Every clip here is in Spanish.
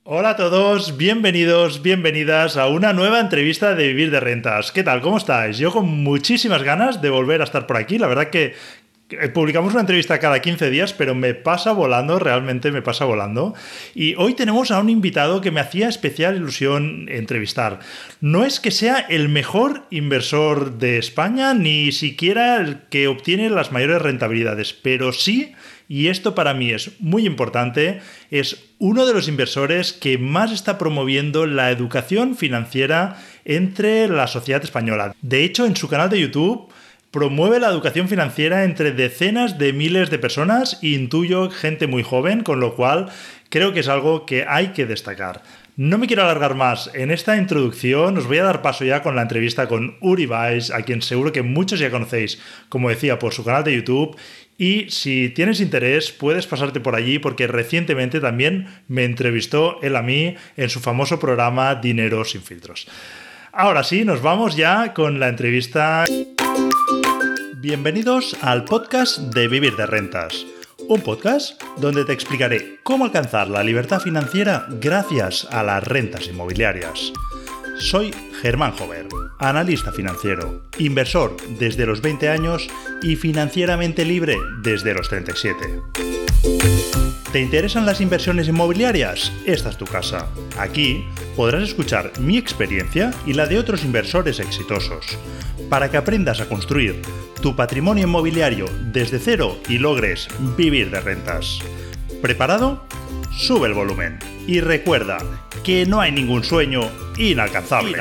Hola a todos, bienvenidos, bienvenidas a una nueva entrevista de Vivir de Rentas. ¿Qué tal? ¿Cómo estáis? Yo con muchísimas ganas de volver a estar por aquí. La verdad que publicamos una entrevista cada 15 días, pero me pasa volando, realmente me pasa volando. Y hoy tenemos a un invitado que me hacía especial ilusión entrevistar. No es que sea el mejor inversor de España, ni siquiera el que obtiene las mayores rentabilidades, pero sí, y esto para mí es muy importante, es uno de los inversores que más está promoviendo la educación financiera entre la sociedad española. De hecho, en su canal de YouTube promueve la educación financiera entre decenas de miles de personas e intuyo gente muy joven, con lo cual creo que es algo que hay que destacar. No me quiero alargar más en esta introducción, os voy a dar paso ya con la entrevista con Uri Weiss, a quien seguro que muchos ya conocéis, como decía, por su canal de YouTube. Y si tienes interés, puedes pasarte por allí porque recientemente también me entrevistó él a mí en su famoso programa Dinero sin filtros. Ahora sí, nos vamos ya con la entrevista. Bienvenidos al podcast de Vivir de Rentas. Un podcast donde te explicaré cómo alcanzar la libertad financiera gracias a las rentas inmobiliarias. Soy Germán Jover, analista financiero, inversor desde los 20 años y financieramente libre desde los 37. ¿Te interesan las inversiones inmobiliarias? Esta es tu casa. Aquí podrás escuchar mi experiencia y la de otros inversores exitosos, para que aprendas a construir tu patrimonio inmobiliario desde cero y logres vivir de rentas. ¿Preparado? Sube el volumen y recuerda que no hay ningún sueño inalcanzable.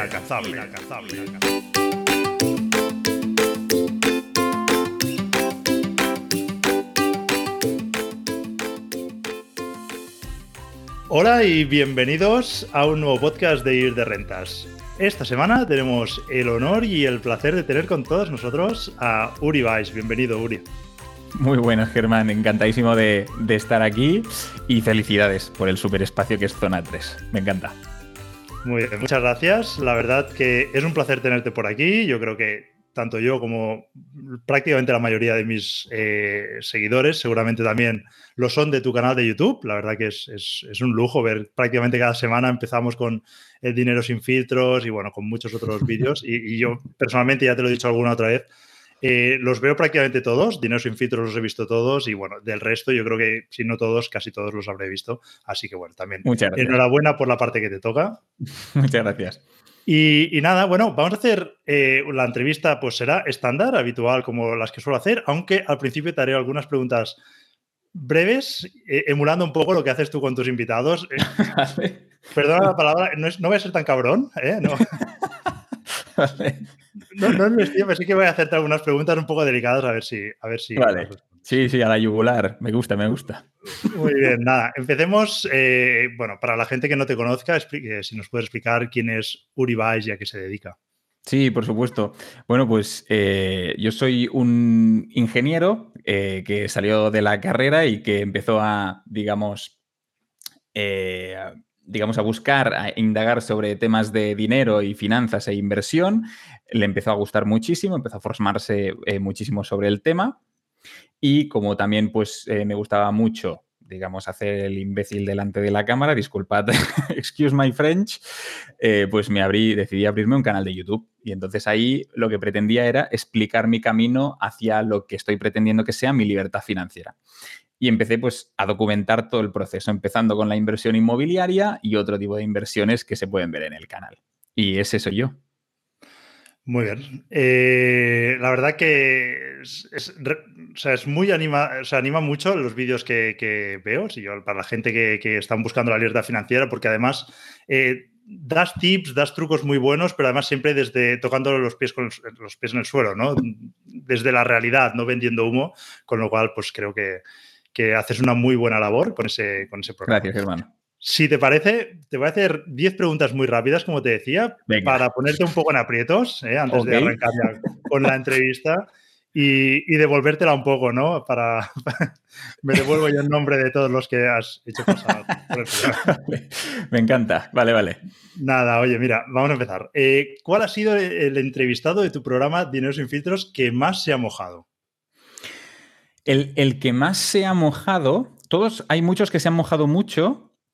Hola y bienvenidos a un nuevo podcast de Vivir de Rentas. Esta semana tenemos el honor y el placer de tener con todos nosotros a Uri Weiss. Bienvenido, Uri. Muy buenas, Germán. Encantadísimo de estar aquí y felicidades por el super espacio que es Zona 3. Me encanta. Muy bien, muchas gracias. La verdad que es un placer tenerte por aquí. Yo creo que tanto yo como prácticamente la mayoría de mis seguidores seguramente también lo son de tu canal de YouTube. La verdad que es un lujo ver prácticamente cada semana. Empezamos con el Dinero sin filtros y bueno, con muchos otros vídeos. Y yo personalmente, ya te lo he dicho alguna otra vez, los veo prácticamente todos. Dinero sin filtros los he visto todos y bueno, del resto yo creo que si no todos, casi todos los habré visto. Así que bueno, también Muchas gracias. enhorabuena por la parte que te toca. Muchas gracias. Y nada, bueno, vamos a hacer la entrevista, pues será estándar, habitual como las que suelo hacer, aunque al principio te haré algunas preguntas breves, emulando un poco lo que haces tú con tus invitados. Vale. Perdona la palabra, no voy a ser tan cabrón, No, Vale. no es mi estilo, pero sí que voy a hacerte algunas preguntas un poco delicadas a ver si las Vale. respondes. Sí, a la yugular. Me gusta. Muy bien, nada, empecemos. Bueno, para la gente que no te conozca, si nos puedes explicar quién es Uri Weiss y a qué se dedica. Sí, por supuesto. Bueno, pues yo soy un ingeniero que salió de la carrera y que empezó a, digamos, a buscar, a indagar sobre temas de dinero y finanzas e inversión. Le empezó a gustar muchísimo, empezó a formarse muchísimo sobre el tema. Y como también pues me gustaba mucho, digamos, hacer el imbécil delante de la cámara, disculpad, excuse my French, pues decidí abrirme un canal de YouTube. Y entonces ahí lo que pretendía era explicar mi camino hacia lo que estoy pretendiendo que sea mi libertad financiera. Y empecé pues a documentar todo el proceso, empezando con la inversión inmobiliaria y otro tipo de inversiones que se pueden ver en el canal. Y ese soy yo. Muy bien. La verdad que es muy anima mucho los vídeos que veo, para la gente que están buscando la libertad financiera, porque además das tips, das trucos muy buenos, pero además siempre desde tocando los pies en el suelo, ¿no? Desde la realidad, no vendiendo humo, con lo cual pues creo que haces una muy buena labor con ese programa. Gracias, hermano. Si te parece, te voy a hacer 10 preguntas muy rápidas, como te decía, Venga. para ponerte un poco en aprietos, antes de Ok. arrancar ya con la entrevista y devolvértela un poco, ¿no? Me devuelvo yo en nombre de todos los que has hecho pasar por el programa. Me encanta. Vale. Nada, oye, mira, vamos a empezar. ¿Cuál ha sido el entrevistado de tu programa Dinero sin filtros que más se ha mojado? El que más se ha mojado, hay muchos que se han mojado mucho,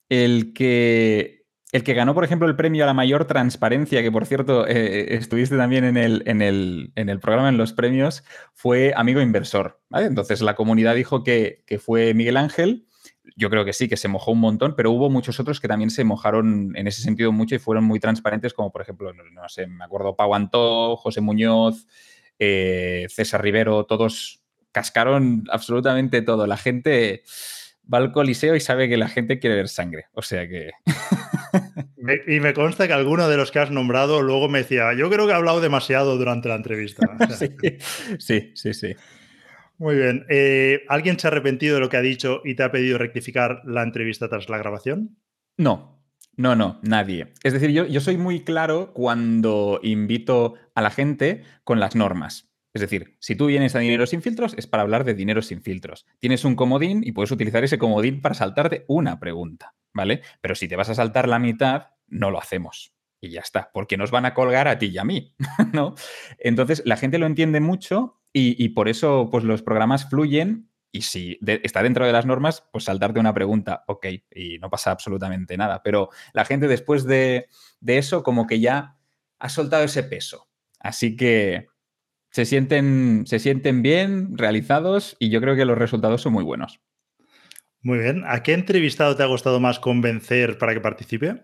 El que, el que ganó, por ejemplo, el premio a la mayor transparencia, que por cierto estuviste también en el programa, en los premios, fue Amigo Inversor, ¿vale? Entonces la comunidad dijo que fue Miguel Ángel. Yo creo que sí, que se mojó un montón, pero hubo muchos otros que también se mojaron en ese sentido mucho y fueron muy transparentes, como por ejemplo, no sé, me acuerdo Pau Antó, José Muñoz, César Rivero, todos cascaron absolutamente todo. La gente va al Coliseo y sabe que la gente quiere ver sangre. O sea que... Y me consta que alguno de los que has nombrado luego me decía, yo creo que he hablado demasiado durante la entrevista. O sea, sí, sí, sí, sí. muy bien. ¿Alguien se ha arrepentido de lo que ha dicho y te ha pedido rectificar la entrevista tras la grabación? No, no, nadie. Es decir, yo soy muy claro cuando invito a la gente con las normas. Es decir, si tú vienes a Dinero sin filtros, es para hablar de Dinero sin filtros. Tienes un comodín y puedes utilizar ese comodín para saltarte una pregunta, ¿vale? Pero si te vas a saltar la mitad, no lo hacemos. Y ya está, porque nos van a colgar a ti y a mí, ¿no? Entonces, la gente lo entiende mucho y por eso pues, los programas fluyen y si está dentro de las normas, pues saltarte una pregunta, ok, y no pasa absolutamente nada. Pero la gente después de eso como que ya ha soltado ese peso. Así que se sienten bien realizados y yo creo que los resultados son muy buenos. Muy bien. ¿A qué entrevistado te ha costado más convencer para que participe?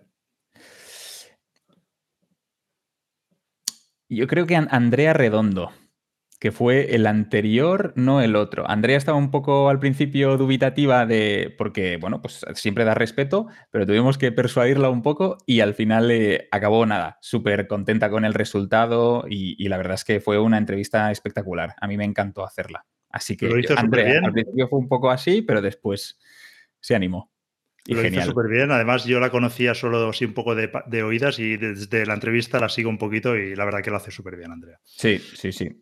Yo creo que Andrea Redondo, que fue el anterior, no el otro. Andrea estaba un poco al principio dubitativa porque, bueno, pues siempre da respeto, pero tuvimos que persuadirla un poco y al final acabó nada, súper contenta con el resultado y la verdad es que fue una entrevista espectacular. A mí me encantó hacerla. Así Lo que hizo súper Andrea, al bien. principio fue un poco así, pero después se animó. Y Lo hizo genial. súper bien. Además, yo la conocía solo así un poco de oídas y desde la entrevista la sigo un poquito y la verdad que lo hace súper bien, Andrea. Sí, sí, sí.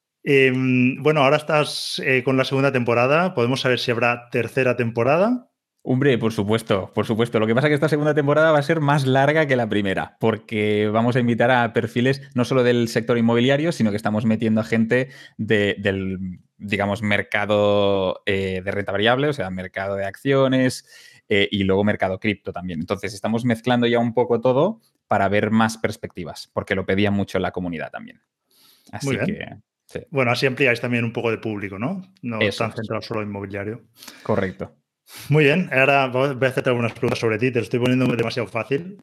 Bueno, ahora estás con la segunda temporada. ¿Podemos saber si habrá tercera temporada? Hombre, por supuesto, por supuesto. Lo que pasa es que esta segunda temporada va a ser más larga que la primera, porque vamos a invitar a perfiles no solo del sector inmobiliario, sino que estamos metiendo a gente del, digamos, mercado de renta variable, o sea, mercado de acciones y luego mercado cripto también. Entonces, estamos mezclando ya un poco todo para ver más perspectivas, porque lo pedía mucho la comunidad también. Muy Así bien. que, sí, Bueno, así ampliáis también un poco de público, ¿no? No eso tan es, centrado solo en inmobiliario. correcto. Muy bien, ahora voy a hacerte algunas preguntas sobre ti. Te lo estoy poniendo demasiado fácil.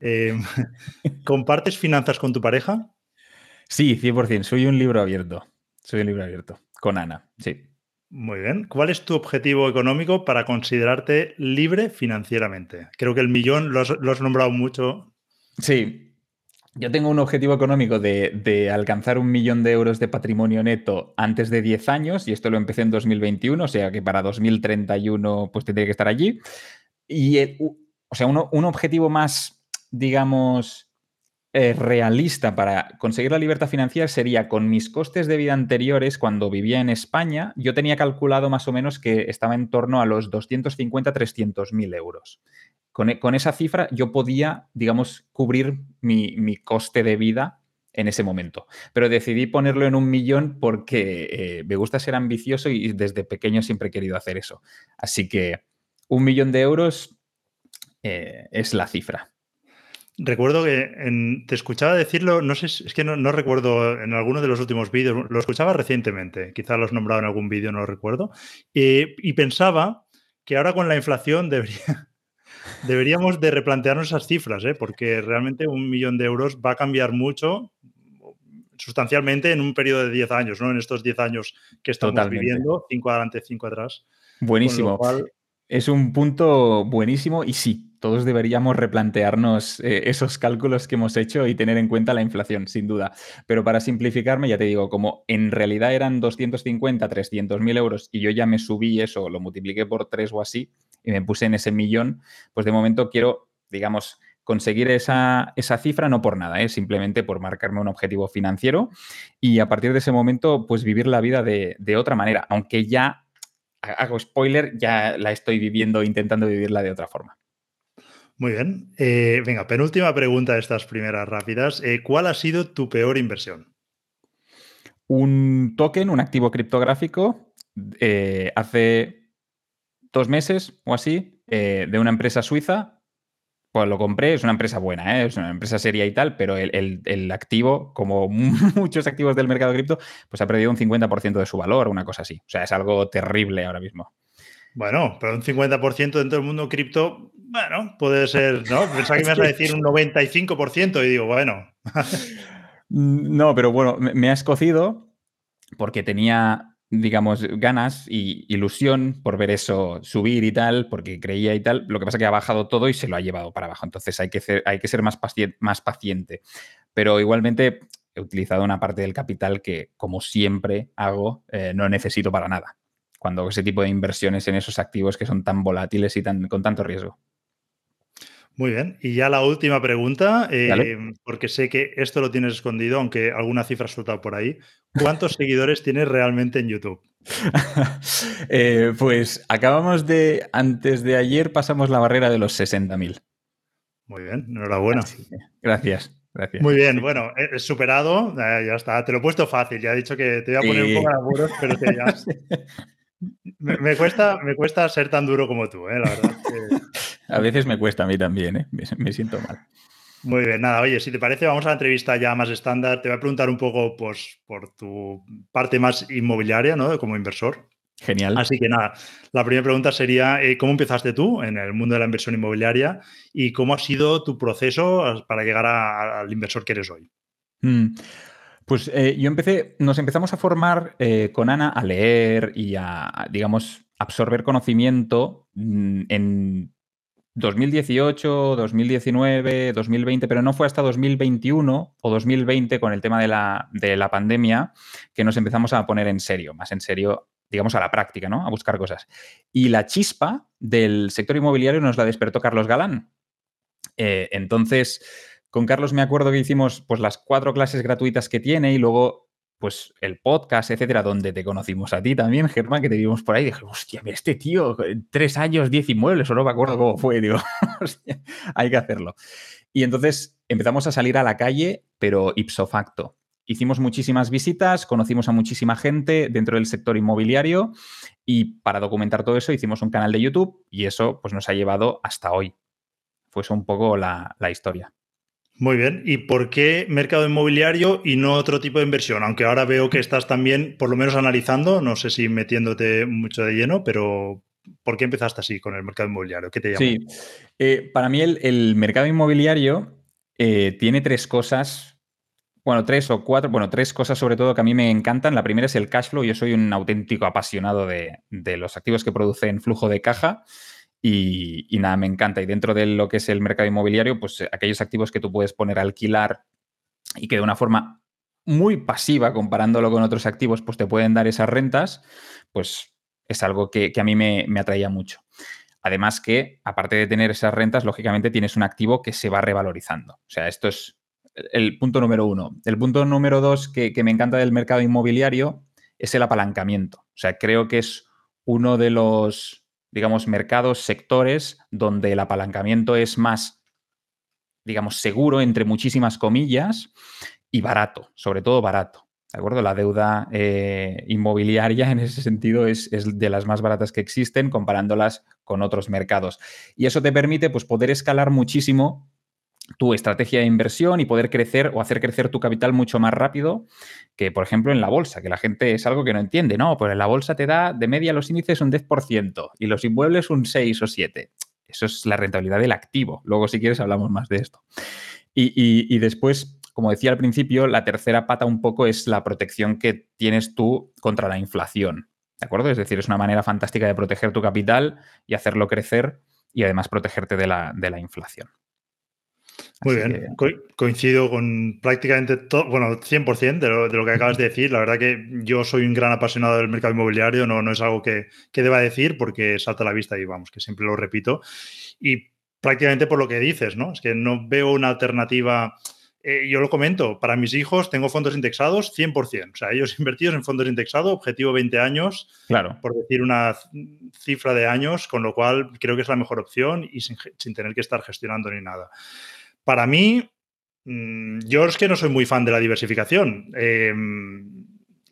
¿Compartes finanzas con tu pareja? Sí, 100%. Soy un libro abierto. Soy un libro abierto. Con Ana, sí. Muy bien. ¿Cuál es tu objetivo económico para considerarte libre financieramente? Creo que el millón lo has nombrado mucho. Sí, yo tengo un objetivo económico de alcanzar 1 millón de euros de patrimonio neto antes de 10 años y esto lo empecé en 2021, o sea que para 2031 pues tendría que estar allí. Y, o sea, un objetivo más, digamos, realista para conseguir la libertad financiera sería con mis costes de vida anteriores cuando vivía en España, yo tenía calculado más o menos que estaba en torno a los 250-300 mil euros. Con esa cifra yo podía, digamos, cubrir mi coste de vida en ese momento. Pero decidí ponerlo en 1 millón porque me gusta ser ambicioso y desde pequeño siempre he querido hacer eso. Así que 1 millón de euros es la cifra. Recuerdo que te escuchaba decirlo, no sé, es que no recuerdo en alguno de los últimos vídeos, lo escuchaba recientemente, quizá lo has nombrado en algún vídeo, no lo recuerdo, y pensaba que ahora con la inflación deberíamos de replantearnos esas cifras, ¿eh? Porque realmente 1 millón de euros va a cambiar mucho, sustancialmente, en un periodo de 10 años, ¿no? En estos 10 años que estamos Totalmente. viviendo, 5 adelante, 5 atrás, con lo Buenísimo. cual, Es un punto buenísimo y sí, todos deberíamos replantearnos esos cálculos que hemos hecho y tener en cuenta la inflación, sin duda. Pero para simplificarme, ya te digo, como en realidad eran 250-300 mil euros y yo ya me subí eso, lo multipliqué por 3 o así y me puse en ese millón, pues de momento quiero, digamos, conseguir esa cifra no por nada, simplemente por marcarme un objetivo financiero y a partir de ese momento, pues vivir la vida de otra manera, aunque ya hago spoiler, ya la estoy viviendo, intentando vivirla de otra forma. muy bien. Venga, penúltima pregunta de estas primeras rápidas. ¿Cuál ha sido tu peor inversión? Un token, un activo criptográfico, hace 2 meses o así, de una empresa suiza. Pues lo compré, es una empresa buena, ¿eh? Es una empresa seria y tal, pero el activo, como muchos activos del mercado cripto, pues ha perdido un 50% de su valor, una cosa así. O sea, es algo terrible ahora mismo. Bueno, pero un 50% dentro del mundo cripto, bueno, puede ser, ¿no? Pensaba que me ibas a Sí. decir un 95% y digo, bueno. No, pero bueno, me ha escocido porque tenía, digamos, ganas y ilusión por ver eso subir y tal, porque creía y tal. Lo que pasa es que ha bajado todo y se lo ha llevado para abajo. Entonces hay que ser más paciente. Pero igualmente he utilizado una parte del capital que, como siempre hago, no necesito para nada. Cuando hago ese tipo de inversiones en esos activos que son tan volátiles y con tanto riesgo. Muy bien. Y ya la última pregunta, ¿Vale? porque sé que esto lo tienes escondido, aunque alguna cifra has soltado por ahí. ¿Cuántos seguidores tienes realmente en YouTube? Pues antes de ayer pasamos la barrera de los 60.000. Muy bien, enhorabuena. Así que, gracias, gracias. Muy bien, Sí, bueno, he superado, ya está, te lo he puesto fácil, ya he dicho que te voy a poner un poco sí. de apuros, pero me cuesta ser tan duro como tú, la verdad. A veces me cuesta a mí también, ¿eh? Me siento mal. Muy bien, nada, oye, si te parece, vamos a la entrevista ya más estándar. Te voy a preguntar un poco, pues, por tu parte más inmobiliaria, ¿no? Como inversor. Genial. Así que nada, la primera pregunta sería, ¿cómo empezaste tú en el mundo de la inversión inmobiliaria y cómo ha sido tu proceso para llegar al inversor que eres hoy? Mm. Pues nos empezamos a formar con Ana a leer y digamos, absorber conocimiento en 2018, 2019, 2020, pero no fue hasta 2021 o 2020 con el tema de la pandemia que nos empezamos a poner en serio, más en serio, digamos, a la práctica, ¿no? A buscar cosas. Y la chispa del sector inmobiliario nos la despertó Carlos Galán. Entonces, con Carlos me acuerdo que hicimos pues las 4 clases gratuitas que tiene y luego pues el podcast, etcétera, donde te conocimos a ti también, Germán, que te vimos por ahí. Dije, hostia, mira, este tío, 3 años, 10 inmuebles, o no me acuerdo cómo fue. Digo, hostia, hay que hacerlo. Y entonces empezamos a salir a la calle, pero ipso facto. Hicimos muchísimas visitas, conocimos a muchísima gente dentro del sector inmobiliario y para documentar todo eso hicimos un canal de YouTube y eso pues nos ha llevado hasta hoy. Fue eso un poco la historia. Muy bien. ¿Y por qué mercado inmobiliario y no otro tipo de inversión? Aunque ahora veo que estás también, por lo menos analizando, no sé si metiéndote mucho de lleno, pero ¿por qué empezaste así con el mercado inmobiliario? ¿Qué te llamó? Sí, para mí el mercado inmobiliario tiene 3 cosas, bueno, 3 o 4, bueno, 3 cosas sobre todo que a mí me encantan. La primera es el cash flow. Yo soy un auténtico apasionado de los activos que producen flujo de caja y nada, me encanta. Y dentro de lo que es el mercado inmobiliario, pues aquellos activos que tú puedes poner a alquilar y que de una forma muy pasiva, comparándolo con otros activos, pues te pueden dar esas rentas, pues es algo que a mí me atraía mucho. Además que, aparte de tener esas rentas, lógicamente tienes un activo que se va revalorizando. O sea, esto es el punto número 1. El punto número 2 que me encanta del mercado inmobiliario es el apalancamiento. O sea, creo que es uno de los, digamos, mercados, sectores donde el apalancamiento es más, digamos, seguro, entre muchísimas comillas, y barato, sobre todo barato. ¿De acuerdo? La deuda inmobiliaria en ese sentido es de las más baratas que existen comparándolas con otros mercados. Y eso te permite pues, poder escalar muchísimo tu estrategia de inversión y poder crecer o hacer crecer tu capital mucho más rápido que, por ejemplo, en la bolsa, que la gente es algo que no entiende. No, pues en la bolsa te da de media los índices un 10% y los inmuebles un 6 o 7. Eso es la rentabilidad del activo. Luego, si quieres, hablamos más de esto. Y después, como decía al principio, la tercera pata un poco es la protección que tienes tú contra la inflación. ¿De acuerdo? Es decir, es una manera fantástica de proteger tu capital y hacerlo crecer y además protegerte de la inflación. Muy Así que bien, coincido con prácticamente todo, bueno, 100% de lo que acabas de decir. La verdad que yo soy un gran apasionado del mercado inmobiliario, no es algo que deba decir porque salta a la vista y vamos, que siempre lo repito. Y prácticamente por lo que dices, ¿no? Es que no veo una alternativa. Yo lo comento, para mis hijos tengo fondos indexados 100%. O sea, ellos invertidos en fondos indexados, objetivo 20 años, claro. por decir una cifra de años, con lo cual creo que es la mejor opción y sin tener que estar gestionando ni nada. Para mí, yo es que no soy muy fan de la diversificación.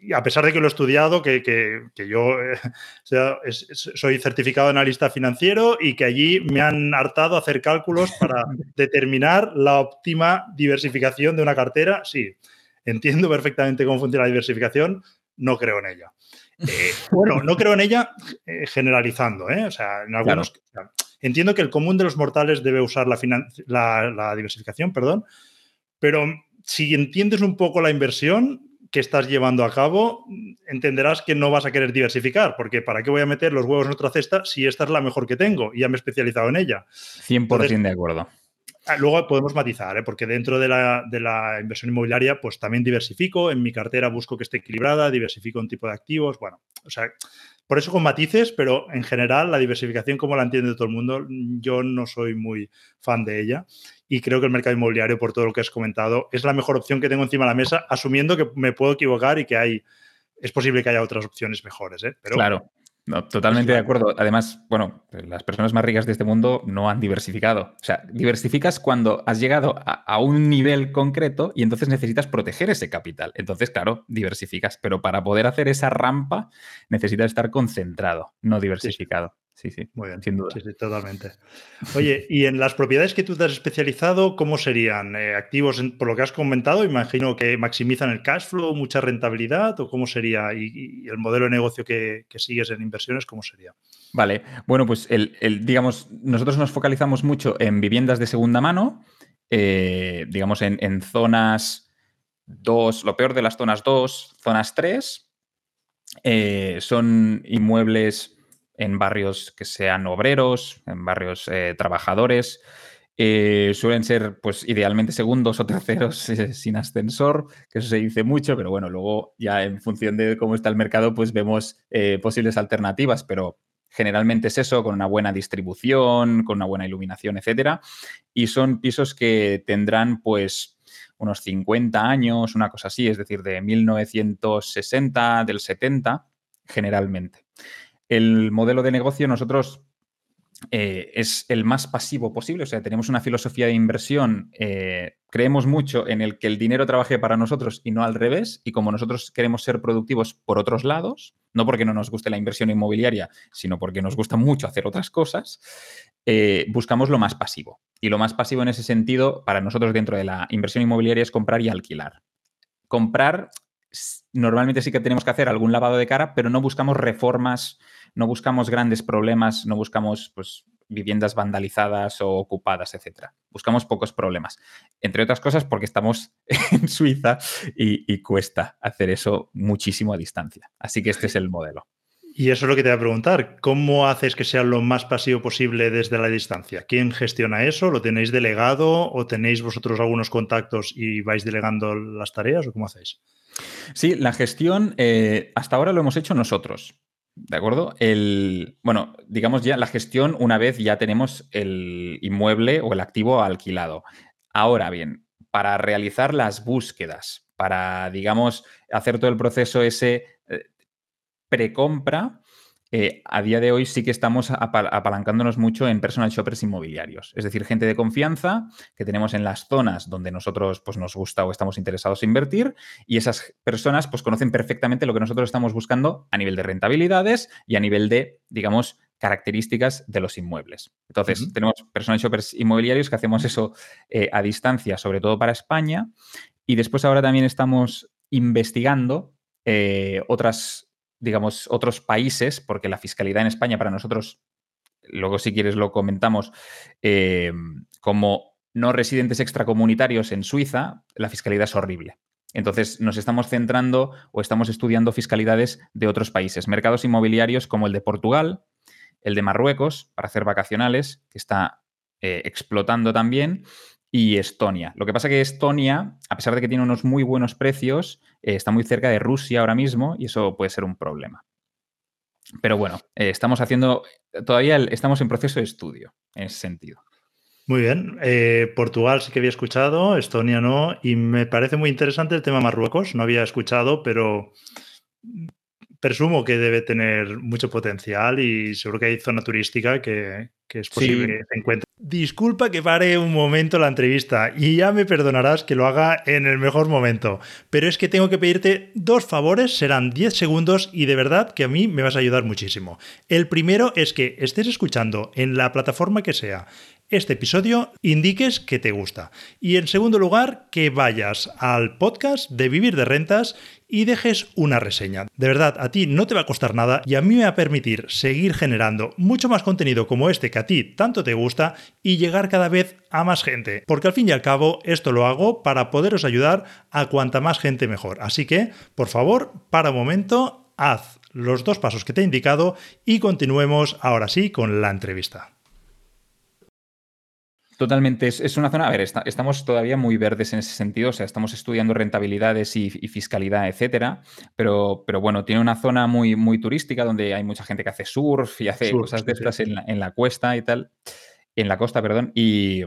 a pesar de que lo he estudiado, que yo soy certificado analista financiero y que allí me han hartado a hacer cálculos para determinar la óptima diversificación de una cartera. Sí, entiendo perfectamente cómo funciona la diversificación, no creo en ella. Bueno, no creo en ella generalizando, ¿eh? O sea, en algunos... Claro. Entiendo que el común de los mortales debe usar la diversificación, perdón, pero si entiendes un poco la inversión que estás llevando a cabo, entenderás que no vas a querer diversificar, porque ¿para qué voy a meter los huevos en otra cesta si esta es la mejor que tengo y ya me he especializado en ella? 100% Entonces, de acuerdo. Luego podemos matizar, porque dentro de la inversión inmobiliaria, pues también diversifico. En mi cartera busco que esté equilibrada, diversifico un tipo de activos. Bueno, o sea, por eso con matices, pero en general la diversificación, como la entiende todo el mundo, yo no soy muy fan de ella. Y creo que el mercado inmobiliario, por todo lo que has comentado, es la mejor opción que tengo encima de la mesa, asumiendo que me puedo equivocar y que es posible que haya otras opciones mejores, ¿eh? Pero claro. No, totalmente de acuerdo. Además, bueno, las personas más ricas de este mundo no han diversificado. O sea, diversificas cuando has llegado a un nivel concreto y entonces necesitas proteger ese capital. Entonces, claro, diversificas, pero para poder hacer esa rampa necesitas estar concentrado, no diversificado. Sí, sí. Muy bien. Sin duda. Sí, totalmente. Oye, y en las propiedades que tú te has especializado, ¿cómo serían? ¿Activos, por lo que has comentado? Imagino que maximizan el cash flow, mucha rentabilidad, ¿o cómo sería? ¿Y el modelo de negocio que sigues en inversiones, cómo sería? Vale, bueno, pues digamos, nosotros nos focalizamos mucho en viviendas de segunda mano, digamos, en zonas 2, lo peor de las zonas 2, zonas 3, son inmuebles en barrios que sean obreros, en barrios trabajadores. Suelen ser, pues, idealmente segundos o terceros sin ascensor, que eso se dice mucho, pero bueno, luego ya en función de cómo está el mercado, pues vemos posibles alternativas, pero generalmente es eso, con una buena distribución, con una buena iluminación, etcétera. Y son pisos que tendrán, pues, unos 50 años, una cosa así, es decir, de 1960, del 70, generalmente. El modelo de negocio nosotros es el más pasivo posible, o sea, tenemos una filosofía de inversión, creemos mucho en el que el dinero trabaje para nosotros y no al revés, y como nosotros queremos ser productivos por otros lados, no porque no nos guste la inversión inmobiliaria, sino porque nos gusta mucho hacer otras cosas, buscamos lo más pasivo. Y lo más pasivo en ese sentido, para nosotros dentro de la inversión inmobiliaria, es comprar y alquilar. Comprar, normalmente sí que tenemos que hacer algún lavado de cara, pero no buscamos reformas, no buscamos grandes problemas, no buscamos, pues, viviendas vandalizadas o ocupadas, etcétera. Buscamos pocos problemas. Entre otras cosas porque estamos en Suiza y cuesta hacer eso muchísimo a distancia. Así que este es el modelo. Y eso es lo que te voy a preguntar. ¿Cómo haces que sea lo más pasivo posible desde la distancia? ¿Quién gestiona eso? ¿Lo tenéis delegado o tenéis vosotros algunos contactos y vais delegando las tareas o cómo hacéis? Sí, la gestión hasta ahora lo hemos hecho nosotros. ¿De acuerdo? Bueno, digamos ya la gestión una vez ya tenemos el inmueble o el activo alquilado. Ahora bien, para realizar las búsquedas, para, digamos, hacer todo el proceso ese precompra, a día de hoy sí que estamos apalancándonos mucho en personal shoppers inmobiliarios. Es decir, gente de confianza que tenemos en las zonas donde nosotros, pues, nos gusta o estamos interesados en invertir, y esas personas, pues, conocen perfectamente lo que nosotros estamos buscando a nivel de rentabilidades y a nivel de, digamos, características de los inmuebles. Entonces, tenemos personal shoppers inmobiliarios que hacemos eso a distancia, sobre todo para España, y después ahora también estamos investigando otros países, porque la fiscalidad en España para nosotros, luego si quieres lo comentamos, como no residentes extracomunitarios en Suiza, la fiscalidad es horrible. Entonces nos estamos centrando o estamos estudiando fiscalidades de otros países, mercados inmobiliarios como el de Portugal, el de Marruecos, para hacer vacacionales, que está explotando también, y Estonia. Lo que pasa es que Estonia, a pesar de que tiene unos muy buenos precios, está muy cerca de Rusia ahora mismo y eso puede ser un problema. Pero bueno, estamos en proceso de estudio en ese sentido. Muy bien. Portugal sí que había escuchado, Estonia no, y me parece muy interesante el tema Marruecos. No había escuchado, pero presumo que debe tener mucho potencial y seguro que hay zona turística que es posible Sí, que se encuentre. Disculpa que pare un momento la entrevista y ya me perdonarás que lo haga en el mejor momento, pero es que tengo que pedirte dos favores, serán 10 segundos y de verdad que a mí me vas a ayudar muchísimo. El primero es que estés escuchando en la plataforma que sea este episodio, indiques que te gusta. Y en segundo lugar, que vayas al podcast de Vivir de Rentas y dejes una reseña. De verdad, a ti no te va a costar nada y a mí me va a permitir seguir generando mucho más contenido como este que a ti tanto te gusta y llegar cada vez a más gente. Porque al fin y al cabo, esto lo hago para poderos ayudar a cuanta más gente mejor. Así que, por favor, para un momento, haz los dos pasos que te he indicado y continuemos ahora sí con la entrevista. totalmente. Es una zona, a ver, estamos todavía muy verdes en ese sentido, o sea, estamos estudiando rentabilidades y fiscalidad, etcétera, pero bueno, tiene una zona muy, muy turística donde hay mucha gente que hace surf y hace Sur, cosas sí, de sí. estas en la cuesta y tal, en la costa, perdón, y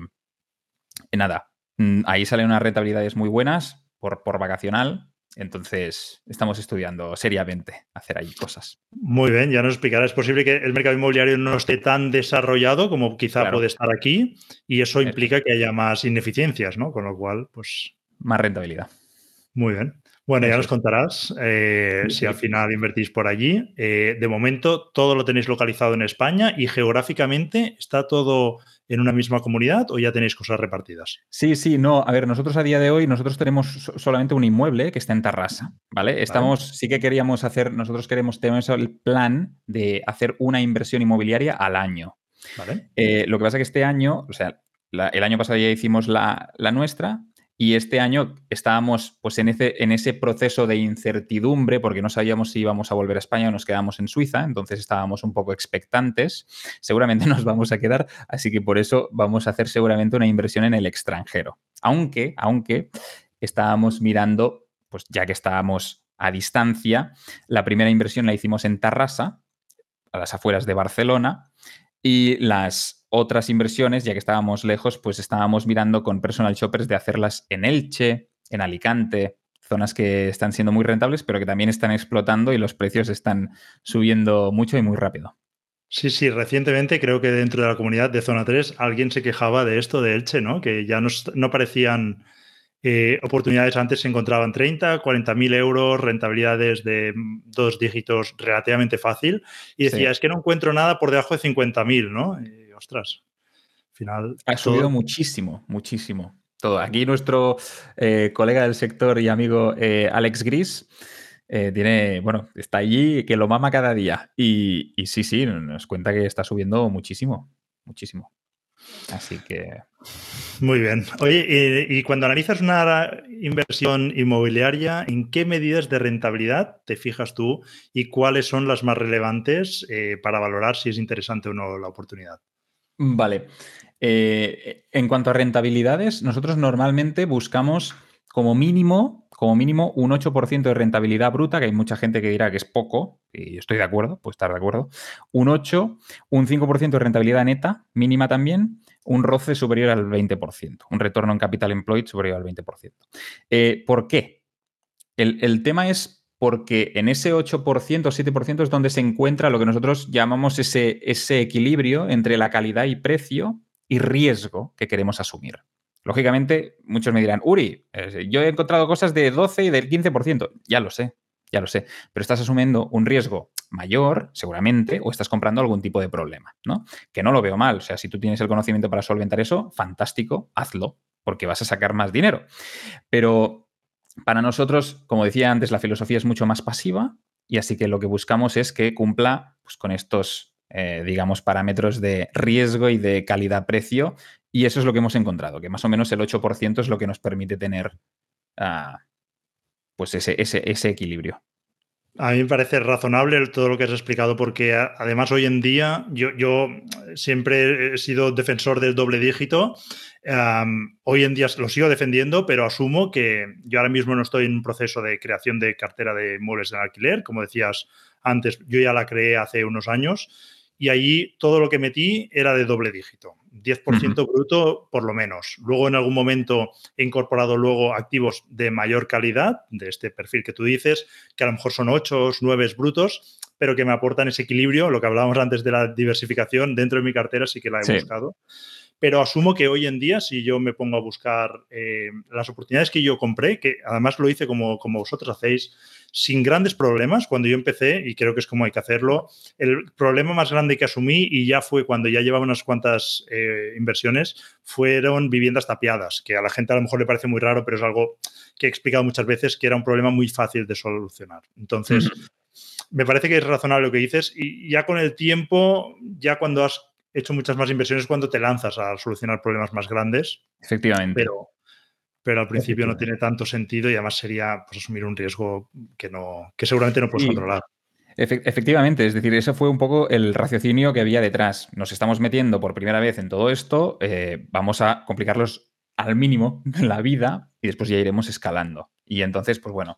nada, ahí salen unas rentabilidades muy buenas por vacacional, entonces estamos estudiando seriamente hacer ahí cosas. Muy bien, ya nos explicarás. Es posible que el mercado inmobiliario no esté tan desarrollado como quizá puede Claro, estar aquí y eso eso es. implica que haya más ineficiencias, ¿no? Con lo cual, pues Más rentabilidad. muy bien. Bueno, ya Eso nos es. contarás Sí, si al sí. final invertís por allí. De momento, todo lo tenéis localizado en España y geográficamente está todo en una misma comunidad o ya tenéis cosas repartidas. Sí, sí, no. A ver, nosotros a día de hoy, nosotros tenemos solamente un inmueble que está en Tarrasa, ¿vale? ¿Vale? Sí que queríamos hacer, tenemos el plan de hacer una inversión inmobiliaria al año. ¿Vale? Lo que pasa es que este año, o sea, el año pasado ya hicimos la nuestra y este año estábamos pues en ese proceso de incertidumbre porque no sabíamos si íbamos a volver a España o nos quedamos en Suiza, entonces estábamos un poco expectantes. Seguramente nos vamos a quedar, así que por eso vamos a hacer seguramente una inversión en el extranjero. Aunque estábamos mirando, pues ya que estábamos a distancia, la primera inversión la hicimos en Tarrasa, a las afueras de Barcelona, y las otras inversiones, ya que estábamos lejos, pues estábamos mirando con personal shoppers de hacerlas en Elche, en Alicante, zonas que están siendo muy rentables, pero que también están explotando y los precios están subiendo mucho y muy rápido. Sí, sí, recientemente creo que dentro de la comunidad de Zona 3 alguien se quejaba de esto de Elche, ¿no? Que ya no parecían oportunidades, antes se encontraban 30, 40 mil euros, rentabilidades de dos dígitos relativamente fácil y decía, Sí. es que no encuentro nada por debajo de 50.000, ¿no? Y, ostras, al final Ha todo... subido muchísimo, muchísimo. Todo. Aquí nuestro colega del sector y amigo Alex Gris tiene, bueno, está allí que lo mama cada día. Y sí, sí, nos cuenta que está subiendo muchísimo, muchísimo. Así que Muy bien. Oye, y cuando analizas una inversión inmobiliaria, ¿en qué medidas de rentabilidad te fijas tú y cuáles son las más relevantes para valorar si es interesante o no la oportunidad? vale. En cuanto a rentabilidades, nosotros normalmente buscamos como mínimo un 8% de rentabilidad bruta, que hay mucha gente que dirá que es poco, y yo estoy de acuerdo, puedo estar de acuerdo. Un 8, un 5% de rentabilidad neta, mínima también, un ROCE superior al 20%, un retorno en capital employed superior al 20%. ¿Por qué? El tema es porque en ese 8% o 7% es donde se encuentra lo que nosotros llamamos ese equilibrio entre la calidad y precio y riesgo que queremos asumir. Lógicamente, muchos me dirán, Uri, yo he encontrado cosas de 12 y del 15%. Ya lo sé, pero estás asumiendo un riesgo mayor, seguramente, o estás comprando algún tipo de problema, ¿no? Que no lo veo mal. O sea, si tú tienes el conocimiento para solventar eso, fantástico, hazlo, porque vas a sacar más dinero. Pero para nosotros, como decía antes, la filosofía es mucho más pasiva y así que lo que buscamos es que cumpla pues, con estos, digamos, parámetros de riesgo y de calidad-precio y eso es lo que hemos encontrado, que más o menos el 8% es lo que nos permite tener pues ese equilibrio. A mí me parece razonable todo lo que has explicado porque además hoy en día yo siempre he sido defensor del doble dígito. Hoy en día lo sigo defendiendo, pero asumo que yo ahora mismo no estoy en un proceso de creación de cartera de inmuebles en alquiler. Como decías antes, yo ya la creé hace unos años y allí todo lo que metí era de doble dígito, 10% bruto por lo menos. Luego en algún momento he incorporado luego activos de mayor calidad, de este perfil que tú dices, que a lo mejor son 8 o 9 brutos, pero que me aportan ese equilibrio, lo que hablábamos antes de la diversificación, dentro de mi cartera sí que la he buscado. Pero asumo que hoy en día, si yo me pongo a buscar las oportunidades que yo compré, que además lo hice como vosotros hacéis, sin grandes problemas cuando yo empecé, y creo que es como hay que hacerlo, el problema más grande que asumí, y ya fue cuando ya llevaba unas cuantas inversiones, fueron viviendas tapiadas, que a la gente a lo mejor le parece muy raro, pero es algo que he explicado muchas veces, que era un problema muy fácil de solucionar. Entonces, me parece que es razonable lo que dices, y ya con el tiempo, ya cuando has hecho muchas más inversiones, cuando te lanzas a solucionar problemas más grandes. Efectivamente. Pero al principio no tiene tanto sentido y además sería pues, asumir un riesgo que seguramente no puedes controlar. Efectivamente, es decir, eso fue un poco el raciocinio que había detrás. Nos estamos metiendo por primera vez en todo esto, vamos a complicarlos al mínimo la vida y después ya iremos escalando. Y entonces, pues bueno,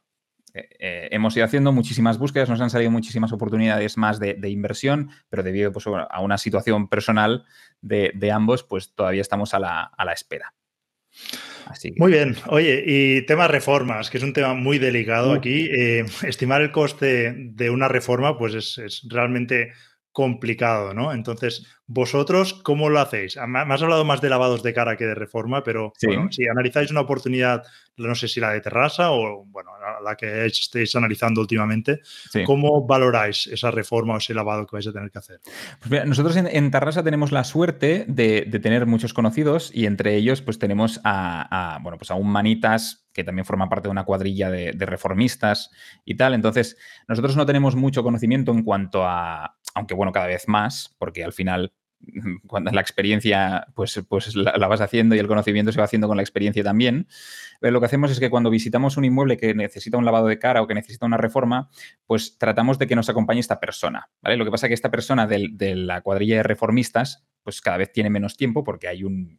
hemos ido haciendo muchísimas búsquedas, nos han salido muchísimas oportunidades más de inversión, pero debido pues, a una situación personal de ambos, pues todavía estamos a la espera. Así que... Muy bien. Oye, y tema reformas, que es un tema muy delicado aquí. Estimar el coste de una reforma pues es realmente complicado, ¿no? Entonces, ¿vosotros cómo lo hacéis? Me has hablado más de lavados de cara que de reforma, pero sí. Bueno, si analizáis una oportunidad, no sé si la de Terrassa o bueno, la que estéis analizando últimamente, sí. ¿Cómo valoráis esa reforma o ese lavado que vais a tener que hacer? Pues mira, nosotros en Terrassa tenemos la suerte de tener muchos conocidos y entre ellos pues tenemos a un Manitas que también forma parte de una cuadrilla de reformistas y tal. Entonces, nosotros no tenemos mucho conocimiento en cuanto a, aunque bueno, cada vez más, porque al final cuando la experiencia pues la vas haciendo y el conocimiento se va haciendo con la experiencia también. Pero lo que hacemos es que cuando visitamos un inmueble que necesita un lavado de cara o que necesita una reforma, pues tratamos de que nos acompañe esta persona, ¿vale? Lo que pasa es que esta persona de la cuadrilla de reformistas pues cada vez tiene menos tiempo porque hay un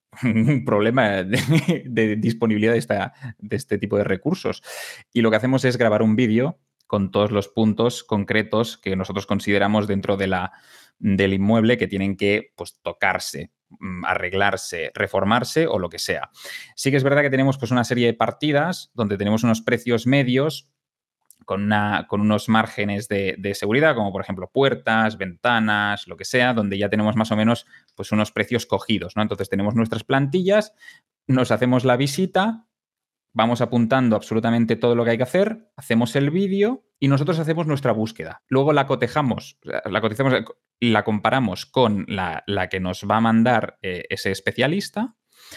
problema de disponibilidad de este tipo de recursos. Y lo que hacemos es grabar un vídeo con todos los puntos concretos que nosotros consideramos dentro del inmueble que tienen que pues, tocarse, arreglarse, reformarse o lo que sea. Sí que es verdad que tenemos pues, una serie de partidas donde tenemos unos precios medios con unos márgenes de seguridad, como por ejemplo puertas, ventanas, lo que sea, donde ya tenemos más o menos pues, unos precios cogidos, ¿no? Entonces tenemos nuestras plantillas, nos hacemos la visita, vamos apuntando absolutamente todo lo que hay que hacer, hacemos el vídeo y nosotros hacemos nuestra búsqueda. Luego la cotejamos, la comparamos con la que nos va a mandar ese especialista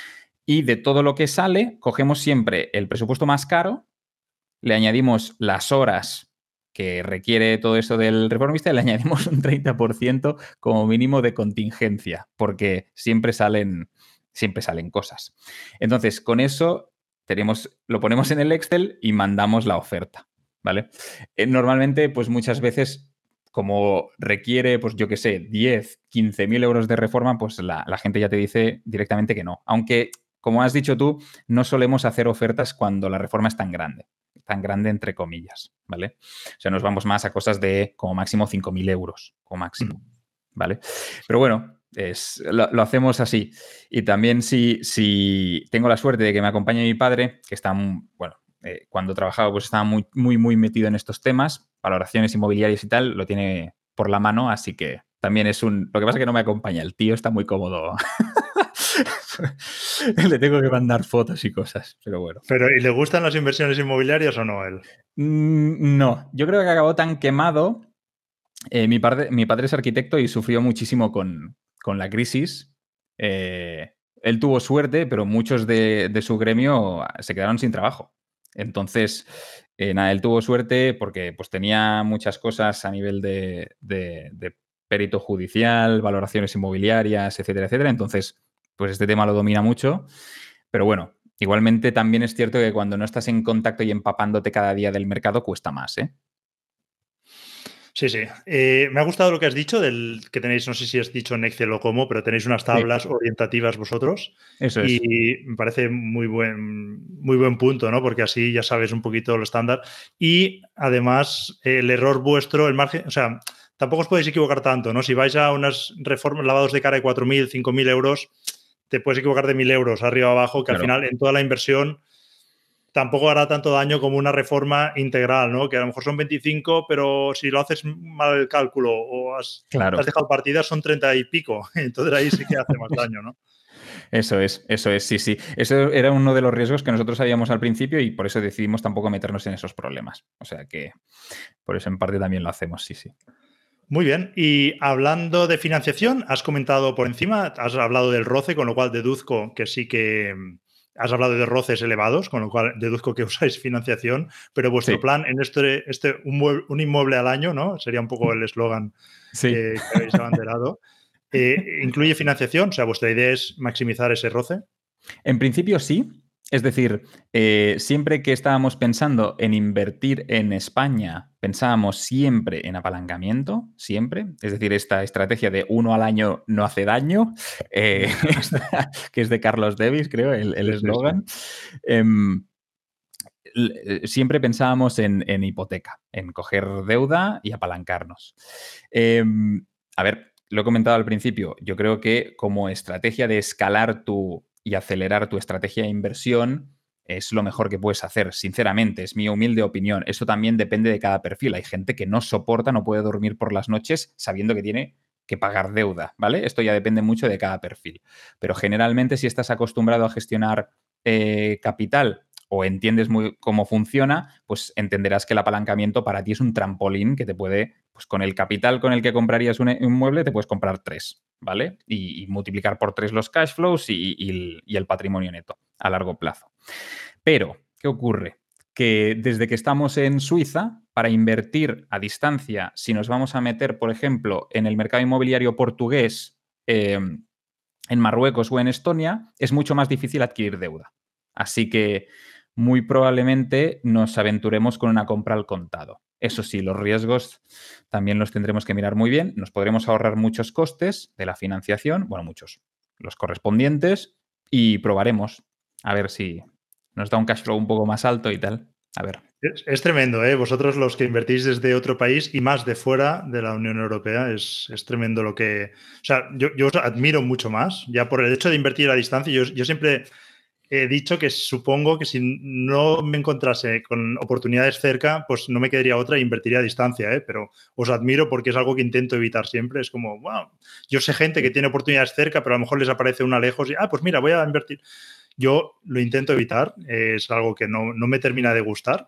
y de todo lo que sale, cogemos siempre el presupuesto más caro, le añadimos las horas que requiere todo esto del reformista y le añadimos un 30% como mínimo de contingencia, porque siempre salen cosas. Entonces, con eso lo ponemos en el Excel y mandamos la oferta, ¿vale? Normalmente, pues muchas veces, como requiere, pues yo qué sé, 10, 15.000 euros de reforma, pues la gente ya te dice directamente que no. Aunque, como has dicho tú, no solemos hacer ofertas cuando la reforma es tan grande entre comillas, ¿vale? O sea, nos vamos más a cosas de como máximo 5.000 euros, como máximo, ¿vale? Pero bueno, lo hacemos así. Y también si tengo la suerte de que me acompañe mi padre, que está, bueno, cuando trabajaba pues estaba muy, muy, muy metido en estos temas, valoraciones inmobiliarias y tal, lo tiene por la mano, así que también es lo que pasa es que no me acompaña, el tío está muy cómodo. Le tengo que mandar fotos y cosas, pero bueno. ¿Y le gustan las inversiones inmobiliarias o no él? No, yo creo que acabó tan quemado. Mi padre es arquitecto y sufrió muchísimo con la crisis. Él tuvo suerte, pero muchos de su gremio se quedaron sin trabajo. Entonces, nada, él tuvo suerte porque pues, tenía muchas cosas a nivel de perito judicial, valoraciones inmobiliarias, etcétera, etcétera. Entonces, pues este tema lo domina mucho. Pero bueno, igualmente también es cierto que cuando no estás en contacto y empapándote cada día del mercado cuesta más, ¿eh? Sí, sí. Me ha gustado lo que has dicho, del que tenéis, no sé si has dicho en Excel o cómo, pero tenéis unas tablas orientativas vosotros. Eso es. Y me parece muy buen punto, ¿no? Porque así ya sabes un poquito lo estándar. Y además, el error vuestro, el margen, o sea, tampoco os podéis equivocar tanto, ¿no? Si vais a unas reformas, lavados de cara de 4.000, 5.000 euros, te puedes equivocar de 1.000 euros arriba o abajo, que al Claro. final en toda la inversión tampoco hará tanto daño como una reforma integral, ¿no? Que a lo mejor son 25, pero si lo haces mal el cálculo o te Claro. has dejado partidas, son 30 y pico. Entonces ahí sí que hace más daño, ¿no? Eso es, sí, sí. Eso era uno de los riesgos que nosotros sabíamos al principio y por eso decidimos tampoco meternos en esos problemas. O sea que por eso en parte también lo hacemos, sí, sí. Muy bien. Y hablando de financiación, has comentado por encima, has hablado del roce, con lo cual deduzco que sí que has hablado de roces elevados, con lo cual deduzco que usáis financiación, pero vuestro Sí, plan en un inmueble al año, ¿no? Sería un poco el eslogan sí. que habéis abanderado. ¿Incluye financiación? O sea, vuestra idea es maximizar ese roce. En principio sí. Es decir, siempre que estábamos pensando en invertir en España, pensábamos siempre en apalancamiento, siempre. Es decir, esta estrategia de uno al año no hace daño, que es de Carlos Davis, creo, el Sí, sí, sí. eslogan. Siempre pensábamos en hipoteca, en coger deuda y apalancarnos. A ver, lo he comentado al principio, yo creo que como estrategia de escalar y acelerar tu estrategia de inversión es lo mejor que puedes hacer, sinceramente, es mi humilde opinión. Eso también depende de cada perfil. Hay gente que no soporta, no puede dormir por las noches sabiendo que tiene que pagar deuda, ¿vale? Esto ya depende mucho de cada perfil. Pero generalmente si estás acostumbrado a gestionar capital o entiendes muy cómo funciona, pues entenderás que el apalancamiento para ti es un trampolín que te puede, pues con el capital con el que comprarías un inmueble, te puedes comprar 3, ¿vale? Y multiplicar por 3 los cash flows y el patrimonio neto a largo plazo. Pero, ¿qué ocurre? Que desde que estamos en Suiza, para invertir a distancia, si nos vamos a meter, por ejemplo, en el mercado inmobiliario portugués, en Marruecos o en Estonia, es mucho más difícil adquirir deuda. Así que muy probablemente nos aventuremos con una compra al contado. Eso sí, los riesgos también los tendremos que mirar muy bien. Nos podremos ahorrar muchos costes de la financiación, bueno, muchos, los correspondientes, y probaremos a ver si nos da un cash flow un poco más alto y tal. A ver. Es tremendo, ¿eh? Vosotros los que invertís desde otro país y más de fuera de la Unión Europea, es tremendo lo que... O sea, yo os admiro mucho más, ya por el hecho de invertir a distancia. Yo siempre he dicho que supongo que si no me encontrase con oportunidades cerca, pues no me quedaría otra e invertiría a distancia, ¿eh? Pero os admiro porque es algo que intento evitar siempre. Es como, wow, yo sé gente que tiene oportunidades cerca, pero a lo mejor les aparece una lejos y, pues mira, voy a invertir. Yo lo intento evitar, es algo que no me termina de gustar.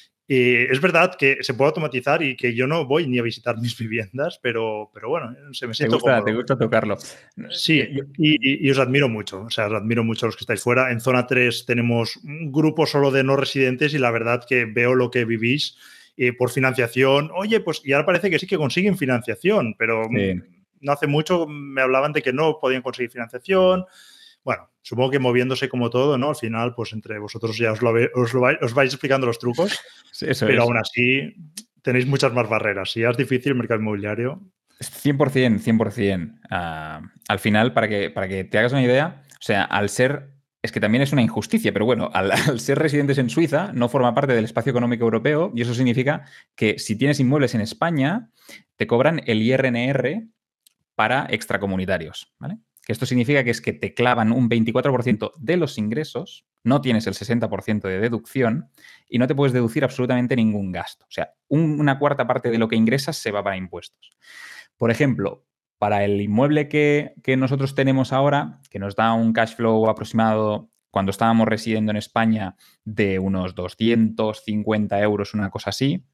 Es verdad que se puede automatizar y que yo no voy ni a visitar mis viviendas, pero bueno, se me siento Te cómodo. gusta tocarlo. Sí, y os admiro mucho, o sea, os admiro mucho a los que estáis fuera. En Zona 3 tenemos un grupo solo de no residentes y la verdad que veo lo que vivís por financiación. Oye, pues y ahora parece que sí que consiguen financiación, pero Sí. no hace mucho me hablaban de que no podían conseguir financiación. Bueno, supongo que moviéndose como todo, ¿no? Al final, pues entre vosotros ya os vais explicando los trucos, Sí, eso pero es. aún así tenéis muchas más barreras. Si ya es difícil el mercado inmobiliario. 100%, 100%. Al final, para que te hagas una idea, o sea, al ser, es que también es una injusticia, pero bueno, al ser residentes en Suiza, no forma parte del espacio económico europeo y eso significa que si tienes inmuebles en España, te cobran el IRNR para extracomunitarios, ¿vale? Que esto significa que es que te clavan un 24% de los ingresos, no tienes el 60% de deducción y no te puedes deducir absolutamente ningún gasto. O sea, una cuarta parte de lo que ingresas se va para impuestos. Por ejemplo, para el inmueble que nosotros tenemos ahora, que nos da un cash flow aproximado cuando estábamos residiendo en España de unos 250 euros, una cosa así,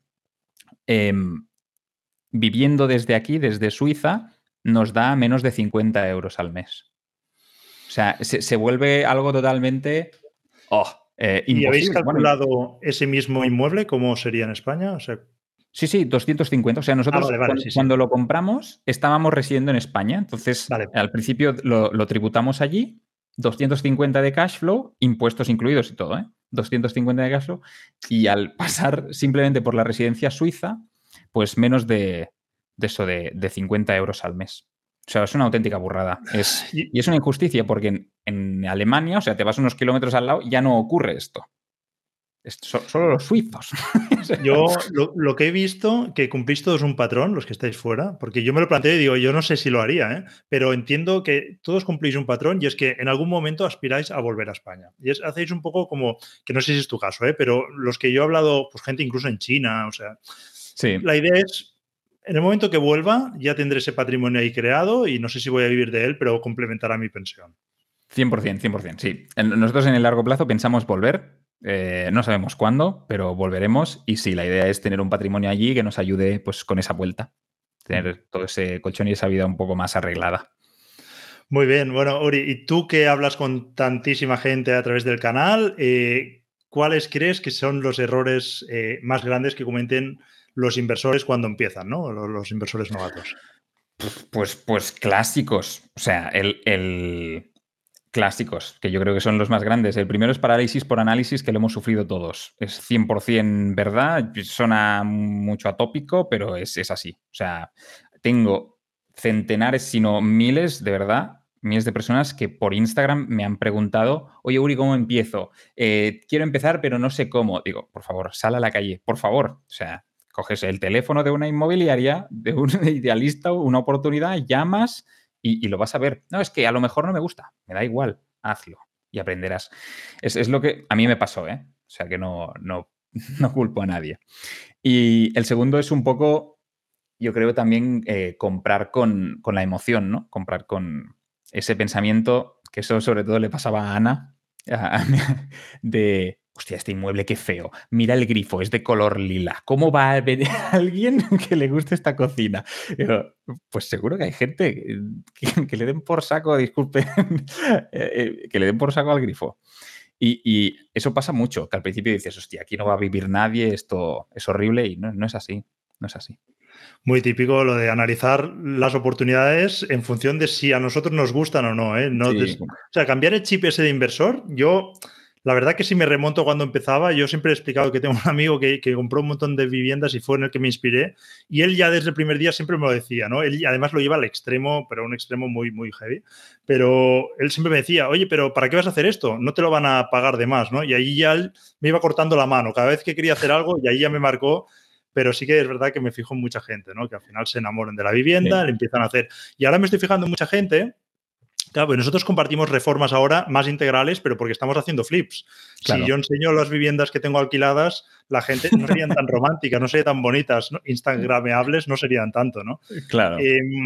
viviendo desde aquí, desde Suiza, nos da menos de 50 euros al mes. O sea, se vuelve algo totalmente ¿Y habéis imposible. Bueno, calculado ese mismo inmueble cómo sería en España? O sea, sí, 250. O sea, nosotros vale, sí, sí. cuando lo compramos estábamos residiendo en España. Entonces, Vale. al principio lo tributamos allí, 250 de cash flow, impuestos incluidos y todo, ¿eh? 250 de cash flow. Y al pasar simplemente por la residencia suiza, pues menos de eso, de 50 euros al mes. O sea, es una auténtica burrada. Y, Y es una injusticia porque en Alemania, o sea, te vas unos kilómetros al lado, ya no ocurre esto. Solo los suizos. Yo lo que he visto, que cumplís todos un patrón, los que estáis fuera, porque yo me lo planteo y digo, yo no sé si lo haría, ¿eh? Pero entiendo que todos cumplís un patrón y es que en algún momento aspiráis a volver a España. Y hacéis un poco como, que no sé si es tu caso, ¿eh? Pero los que yo he hablado, pues gente incluso en China, o sea, Sí. la idea es, en el momento que vuelva, ya tendré ese patrimonio ahí creado y no sé si voy a vivir de él, pero complementará mi pensión. 100%, 100%, sí. Nosotros en el largo plazo pensamos volver. No sabemos cuándo, pero volveremos. Y sí, la idea es tener un patrimonio allí que nos ayude pues, con esa vuelta. Tener todo ese colchón y esa vida un poco más arreglada. Muy bien, bueno, Uri, y tú que hablas con tantísima gente a través del canal, ¿cuáles crees que son los errores más grandes que cometen los inversores cuando empiezan, ¿no? Los inversores novatos. Pues clásicos. O sea, clásicos, que yo creo que son los más grandes. El primero es parálisis por análisis, que lo hemos sufrido todos. Es 100% verdad, suena mucho atópico, pero es así. O sea, tengo centenares, si no miles, de verdad, miles de personas que por Instagram me han preguntado, oye, Uri, ¿cómo empiezo? Quiero empezar, pero no sé cómo. Digo, por favor, sal a la calle, por favor. O sea, coges el teléfono de una inmobiliaria, de un idealista, una oportunidad, llamas y lo vas a ver. No, es que a lo mejor no me gusta, me da igual, hazlo y aprenderás. Es lo que a mí me pasó, ¿eh? O sea que no culpo a nadie. Y el segundo es un poco, yo creo también comprar con la emoción, ¿no? Comprar con ese pensamiento, que eso sobre todo le pasaba a Ana, de, hostia, este inmueble qué feo, mira el grifo, es de color lila, ¿cómo va a venir alguien que le guste esta cocina? Digo, pues seguro que hay gente que le den por saco, disculpen, que le den por saco al grifo. Y eso pasa mucho, que al principio dices, hostia, aquí no va a vivir nadie, esto es horrible, y no es así, no es así. Muy típico lo de analizar las oportunidades en función de si a nosotros nos gustan o no, ¿eh? No Sí, o sea, cambiar el chip ese de inversor, yo, la verdad que si me remonto cuando empezaba, yo siempre he explicado que tengo un amigo que compró un montón de viviendas y fue en el que me inspiré, y él ya desde el primer día siempre me lo decía, ¿no? Él además lo lleva al extremo, pero un extremo muy, muy heavy, pero él siempre me decía, oye, pero ¿para qué vas a hacer esto? No te lo van a pagar de más, ¿no? Y ahí ya él me iba cortando la mano cada vez que quería hacer algo y ahí ya me marcó, pero sí que es verdad que me fijo en mucha gente, ¿no? Que al final se enamoran de la vivienda, sí. le empiezan a hacer. Y ahora me estoy fijando en mucha gente. Claro, pues nosotros compartimos reformas ahora más integrales, pero porque estamos haciendo flips. Si Claro. yo enseño las viviendas que tengo alquiladas, la gente no serían tan románticas, no serían tan bonitas, ¿no? Instagrameables no serían tanto, ¿no? Claro.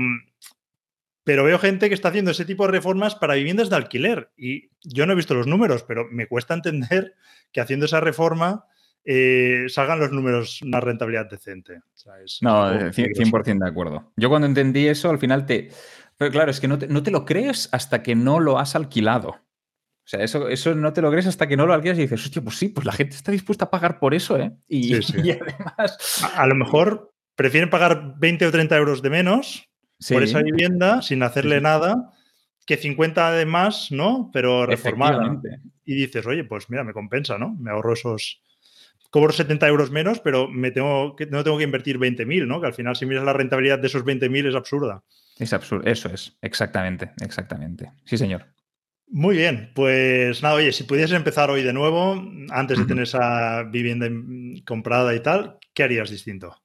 Pero veo gente que está haciendo ese tipo de reformas para viviendas de alquiler. Y yo no he visto los números, pero me cuesta entender que haciendo esa reforma salgan los números, una rentabilidad decente. O sea, es No, algo peligroso. 100% de acuerdo. Yo cuando entendí eso, al final Pero claro, es que no te lo crees hasta que no lo has alquilado. O sea, eso no te lo crees hasta que no lo alquilas y dices, hostia, pues sí, pues la gente está dispuesta a pagar por eso, ¿eh? Sí, sí. Y además... A lo mejor prefieren pagar 20 o 30 euros de menos por esa Sí, vivienda sin sí, hacerle sí. nada que 50 de más, ¿no? Pero reformada. Efectivamente. Y dices, oye, pues mira, me compensa, ¿no? Me ahorro esos. Cobro 70 euros menos, pero no tengo que invertir 20.000, ¿no? Que al final, si miras la rentabilidad de esos 20.000, es absurda. Es absurdo. Eso es. Exactamente. Exactamente. Sí, señor. Muy bien, pues nada, oye, si pudieses empezar hoy de nuevo, antes de Ujú. tener esa vivienda comprada y tal, ¿qué harías distinto?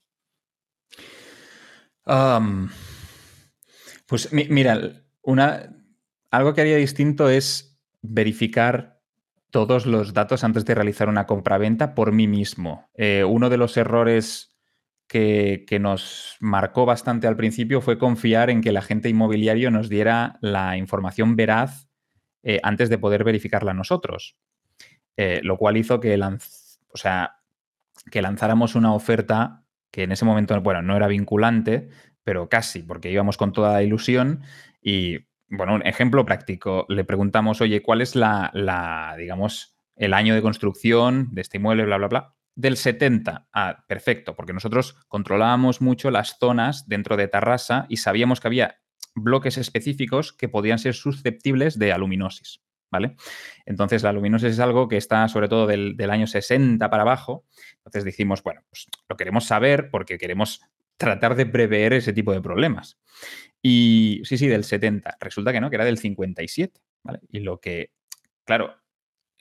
Am, pues mira, algo que haría distinto es verificar todos los datos antes de realizar una compraventa por mí mismo. Uno de los errores que nos marcó bastante al principio fue confiar en que el agente inmobiliario nos diera la información veraz antes de poder verificarla nosotros. Lo cual hizo o sea, que lanzáramos una oferta que en ese momento, bueno, no era vinculante, pero casi, porque íbamos con toda la ilusión y, bueno, un ejemplo práctico, le preguntamos, oye, ¿cuál es digamos, el año de construcción de este inmueble, bla, bla, bla? Del 70. Ah, perfecto, porque nosotros controlábamos mucho las zonas dentro de Tarrasa y sabíamos que había bloques específicos que podían ser susceptibles de aluminosis, ¿vale? Entonces, la aluminosis es algo que está sobre todo del año 60 para abajo. Entonces dijimos, bueno, pues lo queremos saber porque queremos tratar de prever ese tipo de problemas. Y sí, del 70. Resulta que no, que era del 57, ¿vale? Y lo que, claro,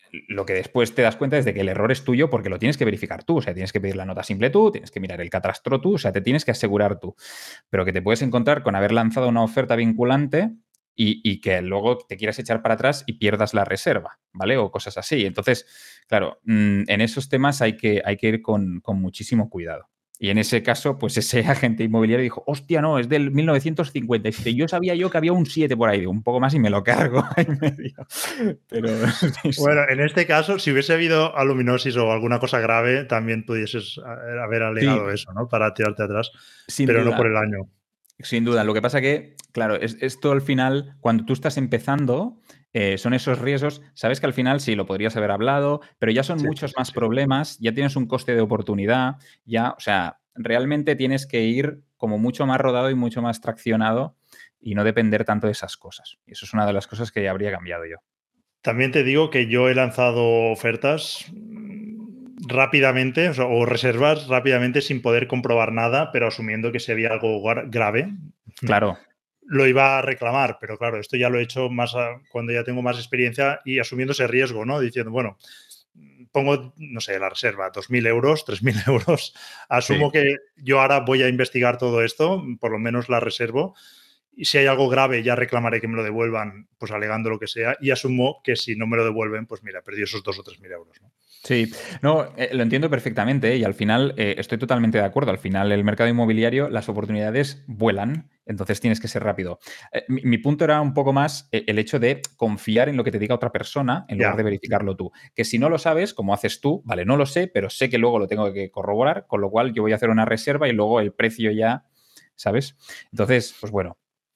lo que después te das cuenta es de que el error es tuyo porque lo tienes que verificar tú. O sea, tienes que pedir la nota simple tú, tienes que mirar el catastro tú, o sea, te tienes que asegurar tú. Pero que te puedes encontrar con haber lanzado una oferta vinculante y que luego te quieras echar para atrás y pierdas la reserva, ¿vale? O cosas así. Entonces, claro, en esos temas hay que ir con muchísimo cuidado. Y en ese caso, pues ese agente inmobiliario dijo, hostia, no, es del 1957. Yo sabía yo que había un 7 por ahí, un poco más y me lo cargo ahí medio. Pero sí. Bueno, en este caso, si hubiese habido aluminosis o alguna cosa grave, también pudieses haber alegado Sí, eso, ¿no? Para tirarte atrás, sin pero no por duda. el año. Sin duda. Lo que pasa que, claro, esto al final, cuando tú estás empezando, son esos riesgos. Sabes que al final sí, lo podrías haber hablado, pero ya son Sí, muchos sí, más sí. problemas, ya tienes un coste de oportunidad, ya, o sea, realmente tienes que ir como mucho más rodado y mucho más traccionado y no depender tanto de esas cosas. Y eso es una de las cosas que habría cambiado yo. También te digo que yo he lanzado ofertas rápidamente, o reservas rápidamente sin poder comprobar nada, pero asumiendo que si había algo grave, Claro. lo iba a reclamar. Pero claro, esto ya lo he hecho más cuando ya tengo más experiencia y asumiendo ese riesgo, ¿no? Diciendo, bueno, pongo, no sé, la reserva, 2.000 euros, 3.000 euros. Asumo Sí. que yo ahora voy a investigar todo esto, por lo menos la reservo. Y si hay algo grave, ya reclamaré que me lo devuelvan, pues alegando lo que sea. Y asumo que si no me lo devuelven, pues mira, perdí esos 2 o 3.000 euros, ¿no? Sí, no, lo entiendo perfectamente, y al final estoy totalmente de acuerdo. Al final el mercado inmobiliario, las oportunidades vuelan, entonces tienes que ser rápido. Mi punto era un poco más el hecho de confiar en lo que te diga otra persona en lugar Ya. de verificarlo tú. Que si no lo sabes, como haces tú, vale, no lo sé, pero sé que luego lo tengo que corroborar, con lo cual yo voy a hacer una reserva y luego el precio ya, ¿sabes? Entonces, pues bueno,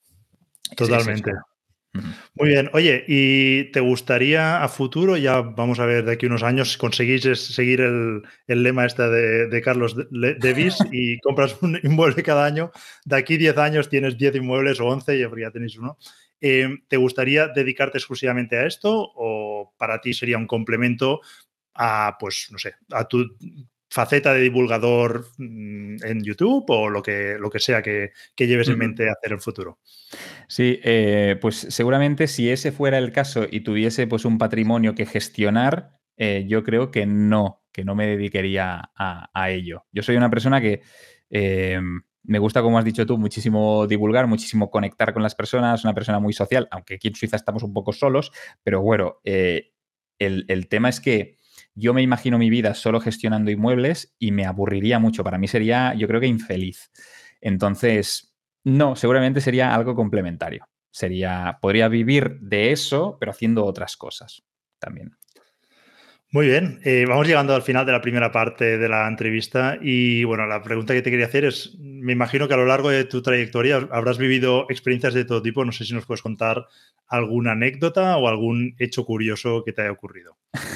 es eso. Totalmente. Ujú. Muy bien. Oye, ¿y te gustaría a futuro, ya vamos a ver de aquí unos años, conseguís seguir el lema este de Carlos Devis y compras un inmueble cada año? De aquí 10 años tienes 10 inmuebles o 11, ya tenéis uno. ¿Te gustaría dedicarte exclusivamente a esto o para ti sería un complemento a, pues, no sé, a tu faceta de divulgador en YouTube o lo que sea que lleves en Ujú. mente hacer en el futuro? Sí, pues seguramente si ese fuera el caso y tuviese pues un patrimonio que gestionar, yo creo que no me dedicaría a ello. Yo soy una persona que me gusta, como has dicho tú, muchísimo divulgar, muchísimo conectar con las personas, una persona muy social, aunque aquí en Suiza estamos un poco solos, pero bueno, el tema es que yo me imagino mi vida solo gestionando inmuebles y me aburriría mucho. Para mí sería, yo creo que infeliz. Entonces, no, seguramente sería algo complementario. Podría vivir de eso, pero haciendo otras cosas también. Muy bien, vamos llegando al final de la primera parte de la entrevista y bueno, la pregunta que te quería hacer es, me imagino que a lo largo de tu trayectoria habrás vivido experiencias de todo tipo, no sé si nos puedes contar alguna anécdota o algún hecho curioso que te haya ocurrido.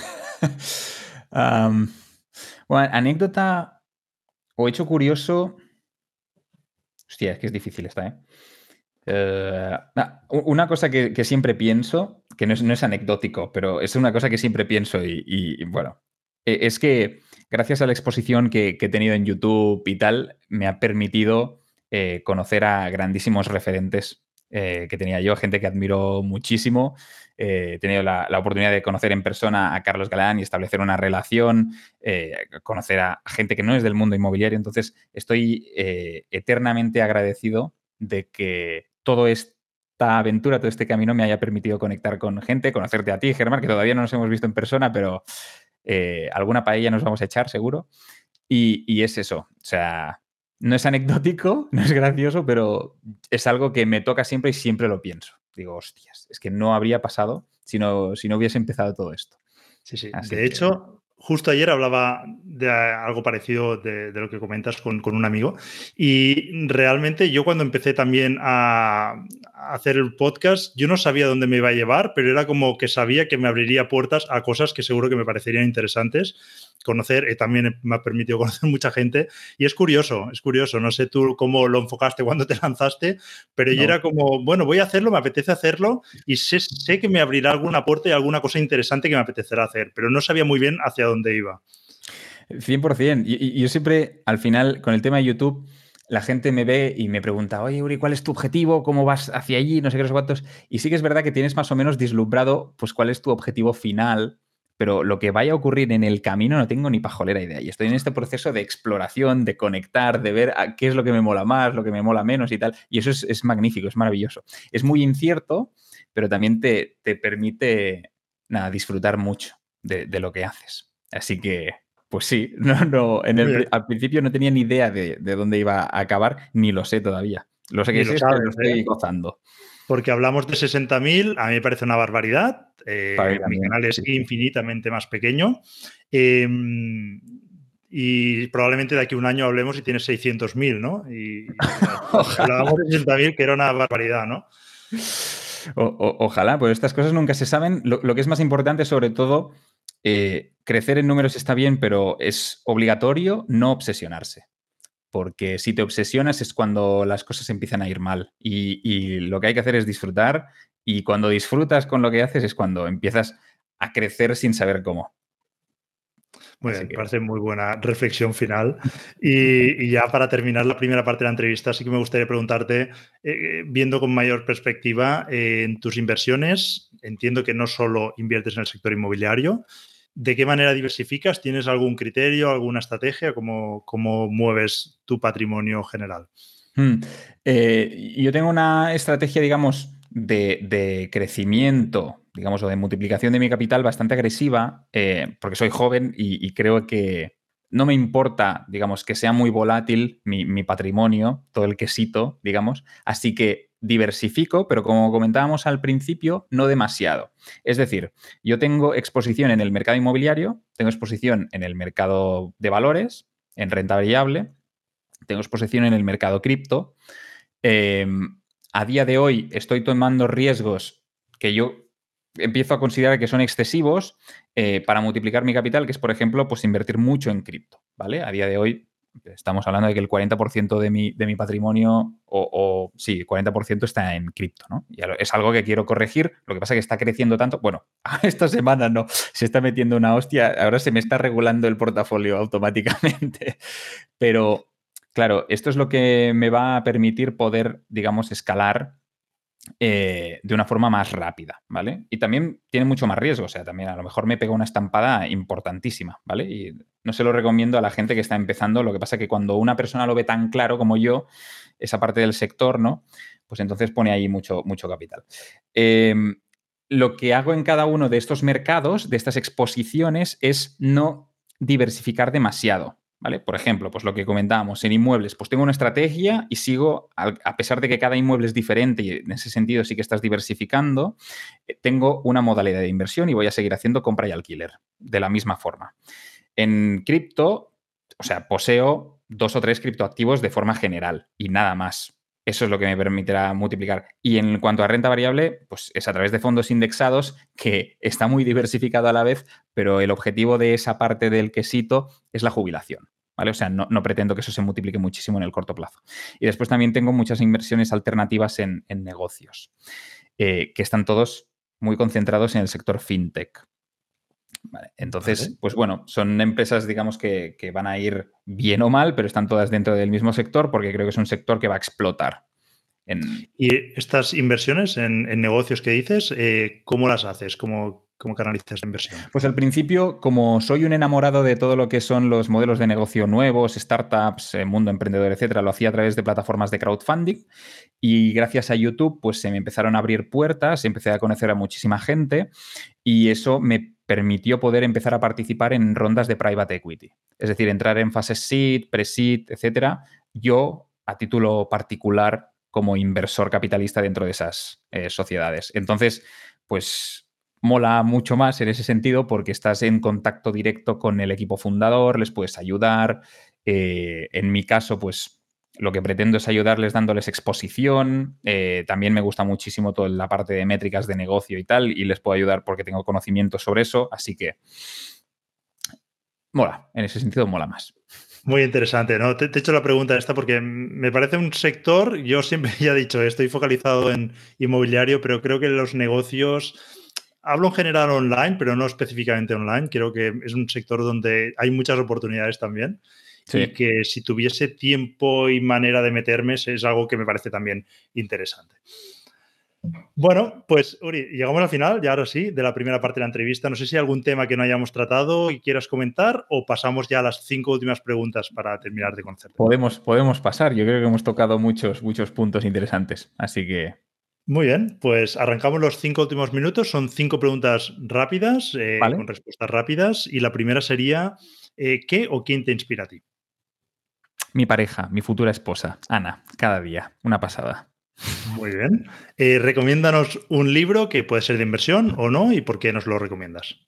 Am, bueno, anécdota o hecho curioso. Hostia, es que es difícil esta, ¿eh? Una cosa que siempre pienso, que no es anecdótico, pero es una cosa que siempre pienso bueno, es que gracias a la exposición que he tenido en YouTube y tal, me ha permitido conocer a grandísimos referentes que tenía yo, gente que admiro muchísimo. He tenido la oportunidad de conocer en persona a Carlos Galán y establecer una relación, conocer a gente que no es del mundo inmobiliario. Entonces, estoy eternamente agradecido de que toda esta aventura, todo este camino me haya permitido conectar con gente, conocerte a ti, Germán, que todavía no nos hemos visto en persona, pero alguna paella nos vamos a echar seguro. Y es eso, o sea, no es anecdótico, no es gracioso, pero es algo que me toca siempre y siempre lo pienso. Digo, hostias, es que no habría pasado si no hubiese empezado todo esto. Sí, sí. Así De que, hecho, justo ayer hablaba de algo parecido de lo que comentas con un amigo. Y realmente yo cuando empecé también a hacer el podcast, yo no sabía dónde me iba a llevar, pero era como que sabía que me abriría puertas a cosas que seguro que me parecerían interesantes. Conocer, también me ha permitido conocer mucha gente. Y es curioso, es curioso. No sé tú cómo lo enfocaste cuando te lanzaste, pero yo no. era como, bueno, voy a hacerlo, me apetece hacerlo y sé que me abrirá alguna puerta y alguna cosa interesante que me apetecerá hacer, pero no sabía muy bien hacia dónde iba. 100%. Y yo siempre, al final, con el tema de YouTube, la gente me ve y me pregunta, oye, Uri, ¿cuál es tu objetivo? ¿Cómo vas hacia allí? No sé qué, no sé cuántos. Y sí que es verdad que tienes más o menos vislumbrado, pues, cuál es tu objetivo final, pero lo que vaya a ocurrir en el camino no tengo ni pajolera idea. Y estoy en este proceso de exploración, de conectar, de ver qué es lo que me mola más, lo que me mola menos y tal. Y eso es magnífico, es maravilloso. Es muy incierto, pero también te permite disfrutar mucho de lo que haces. Así que, pues sí, al principio no tenía ni idea de dónde iba a acabar, ni lo sé todavía. Lo sé que Ni lo es que lo sabes, estoy gozando. Porque hablamos de 60.000, a mí me parece una barbaridad. Para mí Mi también, canal es sí, sí. infinitamente más pequeño. Y probablemente de aquí a un año hablemos y tienes 600.000, ¿no? Y hablábamos de 60.000, que era una barbaridad, ¿no? Ojalá, pues estas cosas nunca se saben. Lo que es más importante, sobre todo, crecer en números está bien, pero es obligatorio no obsesionarse. Porque si te obsesionas es cuando las cosas empiezan a ir mal. Y lo que hay que hacer es disfrutar. Y cuando disfrutas con lo que haces es cuando empiezas a crecer sin saber cómo. Muy Así bien, que... parece muy buena reflexión final. Y ya para terminar la primera parte de la entrevista, sí que me gustaría preguntarte, viendo con mayor perspectiva, en tus inversiones, entiendo que no solo inviertes en el sector inmobiliario. ¿De qué manera diversificas? ¿Tienes algún criterio, alguna estrategia? ¿Cómo mueves tu patrimonio general? Yo tengo una estrategia, digamos, de crecimiento, digamos, o de multiplicación de mi capital bastante agresiva, porque soy joven y creo que no me importa, digamos, que sea muy volátil mi patrimonio, todo el quesito, digamos, así que diversifico, pero como comentábamos al principio, no demasiado. Es decir, yo tengo exposición en el mercado inmobiliario, tengo exposición en el mercado de valores, en renta variable, tengo exposición en el mercado cripto. A día de hoy estoy tomando riesgos que yo empiezo a considerar que son excesivos para multiplicar mi capital, que es, por ejemplo, pues invertir mucho en cripto, ¿vale? A día de hoy estamos hablando de que el 40% de mi patrimonio, sí, 40% está en cripto, ¿no? Y es algo que quiero corregir. Lo que pasa es que está creciendo tanto. Bueno, esta semana no, se está metiendo una hostia. Ahora se me está regulando el portafolio automáticamente. Pero, claro, esto es lo que me va a permitir poder, digamos, escalar de una forma más rápida, ¿vale? Y también tiene mucho más riesgo, o sea, también a lo mejor me pega una estampada importantísima, ¿vale? Y no se lo recomiendo a la gente que está empezando, lo que pasa es que cuando una persona lo ve tan claro como yo, esa parte del sector, ¿no? Pues entonces pone ahí mucho, mucho capital. Lo que hago en cada uno de estos mercados, de estas exposiciones, es no diversificar demasiado, ¿vale? Por ejemplo, pues lo que comentábamos en inmuebles, pues tengo una estrategia y sigo, a pesar de que cada inmueble es diferente y en ese sentido sí que estás diversificando, tengo una modalidad de inversión y voy a seguir haciendo compra y alquiler de la misma forma. En cripto, o sea, poseo 2 o 3 criptoactivos de forma general y nada más. Eso es lo que me permitirá multiplicar. Y en cuanto a renta variable, pues es a través de fondos indexados, que está muy diversificado a la vez, pero el objetivo de esa parte del quesito es la jubilación, ¿vale? O sea, no pretendo que eso se multiplique muchísimo en el corto plazo. Y después también tengo muchas inversiones alternativas en negocios, que están todos muy concentrados en el sector fintech. Vale. Entonces, Vale. pues bueno, son empresas, digamos, que van a ir bien o mal, pero están todas dentro del mismo sector porque creo que es un sector que va a explotar. Y estas inversiones en negocios que dices, ¿cómo las haces? ¿Cómo canalizas la inversión? Pues al principio, como soy un enamorado de todo lo que son los modelos de negocio nuevos, startups, mundo emprendedor, etcétera, lo hacía a través de plataformas de crowdfunding y gracias a YouTube, pues se me empezaron a abrir puertas, empecé a conocer a muchísima gente y eso me permitió poder empezar a participar en rondas de private equity. Es decir, entrar en fases seed, pre-seed, etcétera, yo a título particular como inversor capitalista dentro de esas sociedades. Entonces, pues mola mucho más en ese sentido porque estás en contacto directo con el equipo fundador, les puedes ayudar. En mi caso, pues lo que pretendo es ayudarles dándoles exposición. También me gusta muchísimo toda la parte de métricas de negocio y tal, y les puedo ayudar porque tengo conocimiento sobre eso, así que mola, en ese sentido mola más. Muy interesante, ¿no? Te he hecho la pregunta esta porque me parece un sector, yo siempre ya he dicho, estoy focalizado en inmobiliario, pero creo que los negocios, hablo en general online, pero no específicamente online, creo que es un sector donde hay muchas oportunidades también y Sí. que si tuviese tiempo y manera de meterme es algo que me parece también interesante. Bueno, pues Uri, llegamos al final, ya ahora sí, de la primera parte de la entrevista. No sé si hay algún tema que no hayamos tratado y quieras comentar o pasamos ya a las 5 últimas preguntas para terminar de conocerte. Podemos pasar. Yo creo que hemos tocado muchos puntos interesantes. Así que, Muy bien, pues arrancamos los 5 últimos minutos. Son 5 preguntas rápidas, ¿vale? con respuestas rápidas. Y la primera sería, ¿qué o quién te inspira a ti? Mi pareja, mi futura esposa, Ana, cada día. Una pasada. Muy bien. Recomiéndanos un libro que puede ser de inversión o no y por qué nos lo recomiendas.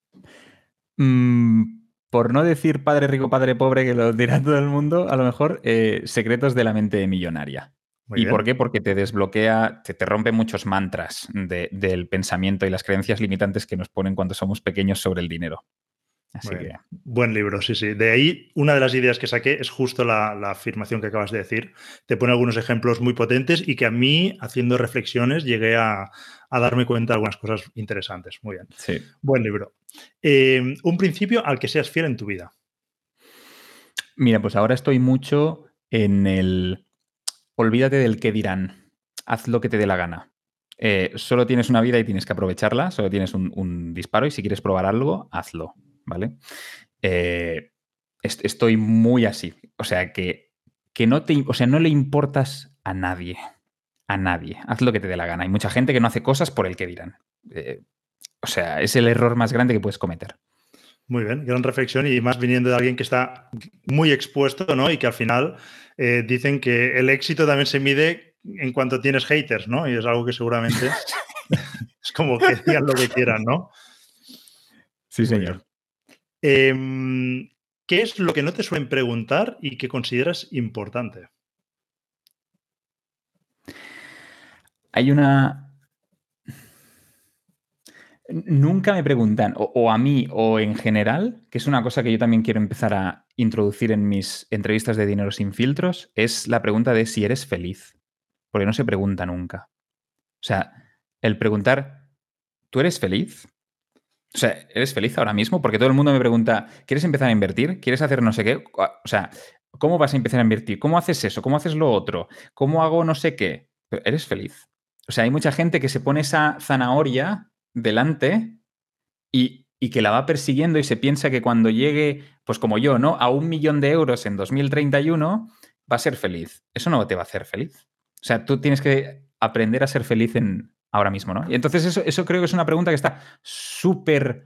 Por no decir padre rico, padre pobre, que lo dirá todo el mundo, a lo mejor Secretos de la mente millonaria. Muy ¿Y por bien. qué? Porque te desbloquea, te rompe muchos mantras del pensamiento y las creencias limitantes que nos ponen cuando somos pequeños sobre el dinero. Muy Así que, bien. Buen libro, sí, sí. De ahí, una de las ideas que saqué es justo la afirmación que acabas de decir. Te pone algunos ejemplos muy potentes y que a mí, haciendo reflexiones, llegué a darme cuenta de algunas cosas interesantes. Muy bien. sí. Buen libro. Un principio al que seas fiel en tu vida. Mira, pues ahora estoy mucho en el olvídate del qué dirán. Haz lo que te dé la gana. Solo tienes una vida y tienes que aprovecharla. Solo tienes un disparo y si quieres probar algo, hazlo. ¿Vale? Eh, estoy muy así. O sea, que no te, o sea, no le importas a nadie. A nadie. Haz lo que te dé la gana. Hay mucha gente que no hace cosas por el que dirán. O sea, es el error más grande que puedes cometer. Muy bien, gran reflexión y más viniendo de alguien que está muy expuesto, ¿no? Y que al final dicen que el éxito también se mide en cuanto tienes haters, ¿no? Y es algo que seguramente es como que digan lo que quieran, ¿no? Sí, Muy señor. bien. ¿Qué es lo que no te suelen preguntar y que consideras importante? Hay una. Nunca me preguntan, o a mí o en general, que es una cosa que yo también quiero empezar a introducir en mis entrevistas de Dinero sin filtros, es la pregunta de si eres feliz. Porque no se pregunta nunca. O sea, el preguntar, ¿tú eres feliz? O sea, ¿eres feliz ahora mismo? Porque todo el mundo me pregunta, ¿quieres empezar a invertir? ¿Quieres hacer no sé qué? O sea, ¿cómo vas a empezar a invertir? ¿Cómo haces eso? ¿Cómo haces lo otro? ¿Cómo hago no sé qué? Pero, ¿eres feliz? O sea, hay mucha gente que se pone esa zanahoria delante y que la va persiguiendo y se piensa que cuando llegue, pues como yo, ¿no? A 1 millón de euros en 2031 va a ser feliz. Eso no te va a hacer feliz. O sea, tú tienes que aprender a ser feliz ahora mismo, ¿no? Y entonces eso creo que es una pregunta que está súper,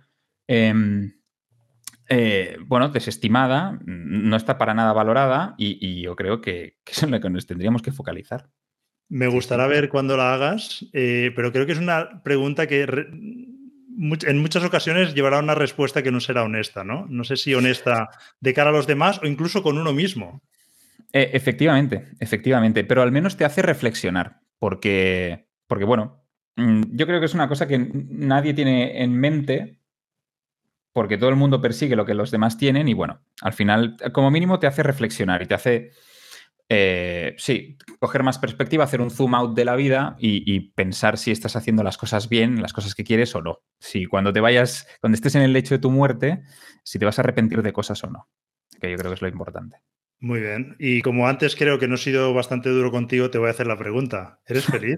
bueno, desestimada, no está para nada valorada y yo creo que es en lo que nos tendríamos que focalizar. Me Sí, sí. gustará ver cuando la hagas, pero creo que es una pregunta que en muchas ocasiones llevará una respuesta que no será honesta, ¿no? No sé si honesta de cara a los demás o incluso con uno mismo. Efectivamente, pero al menos te hace reflexionar, porque bueno, yo creo que es una cosa que nadie tiene en mente, porque todo el mundo persigue lo que los demás tienen y bueno, al final, como mínimo, te hace reflexionar y te hace, sí, coger más perspectiva, hacer un zoom out de la vida y pensar si estás haciendo las cosas bien, las cosas que quieres o no. Si cuando te vayas, cuando estés en el lecho de tu muerte, si te vas a arrepentir de cosas o no, que yo creo que es lo importante. Muy bien. Y como antes creo que no he sido bastante duro contigo, te voy a hacer la pregunta. ¿Eres feliz?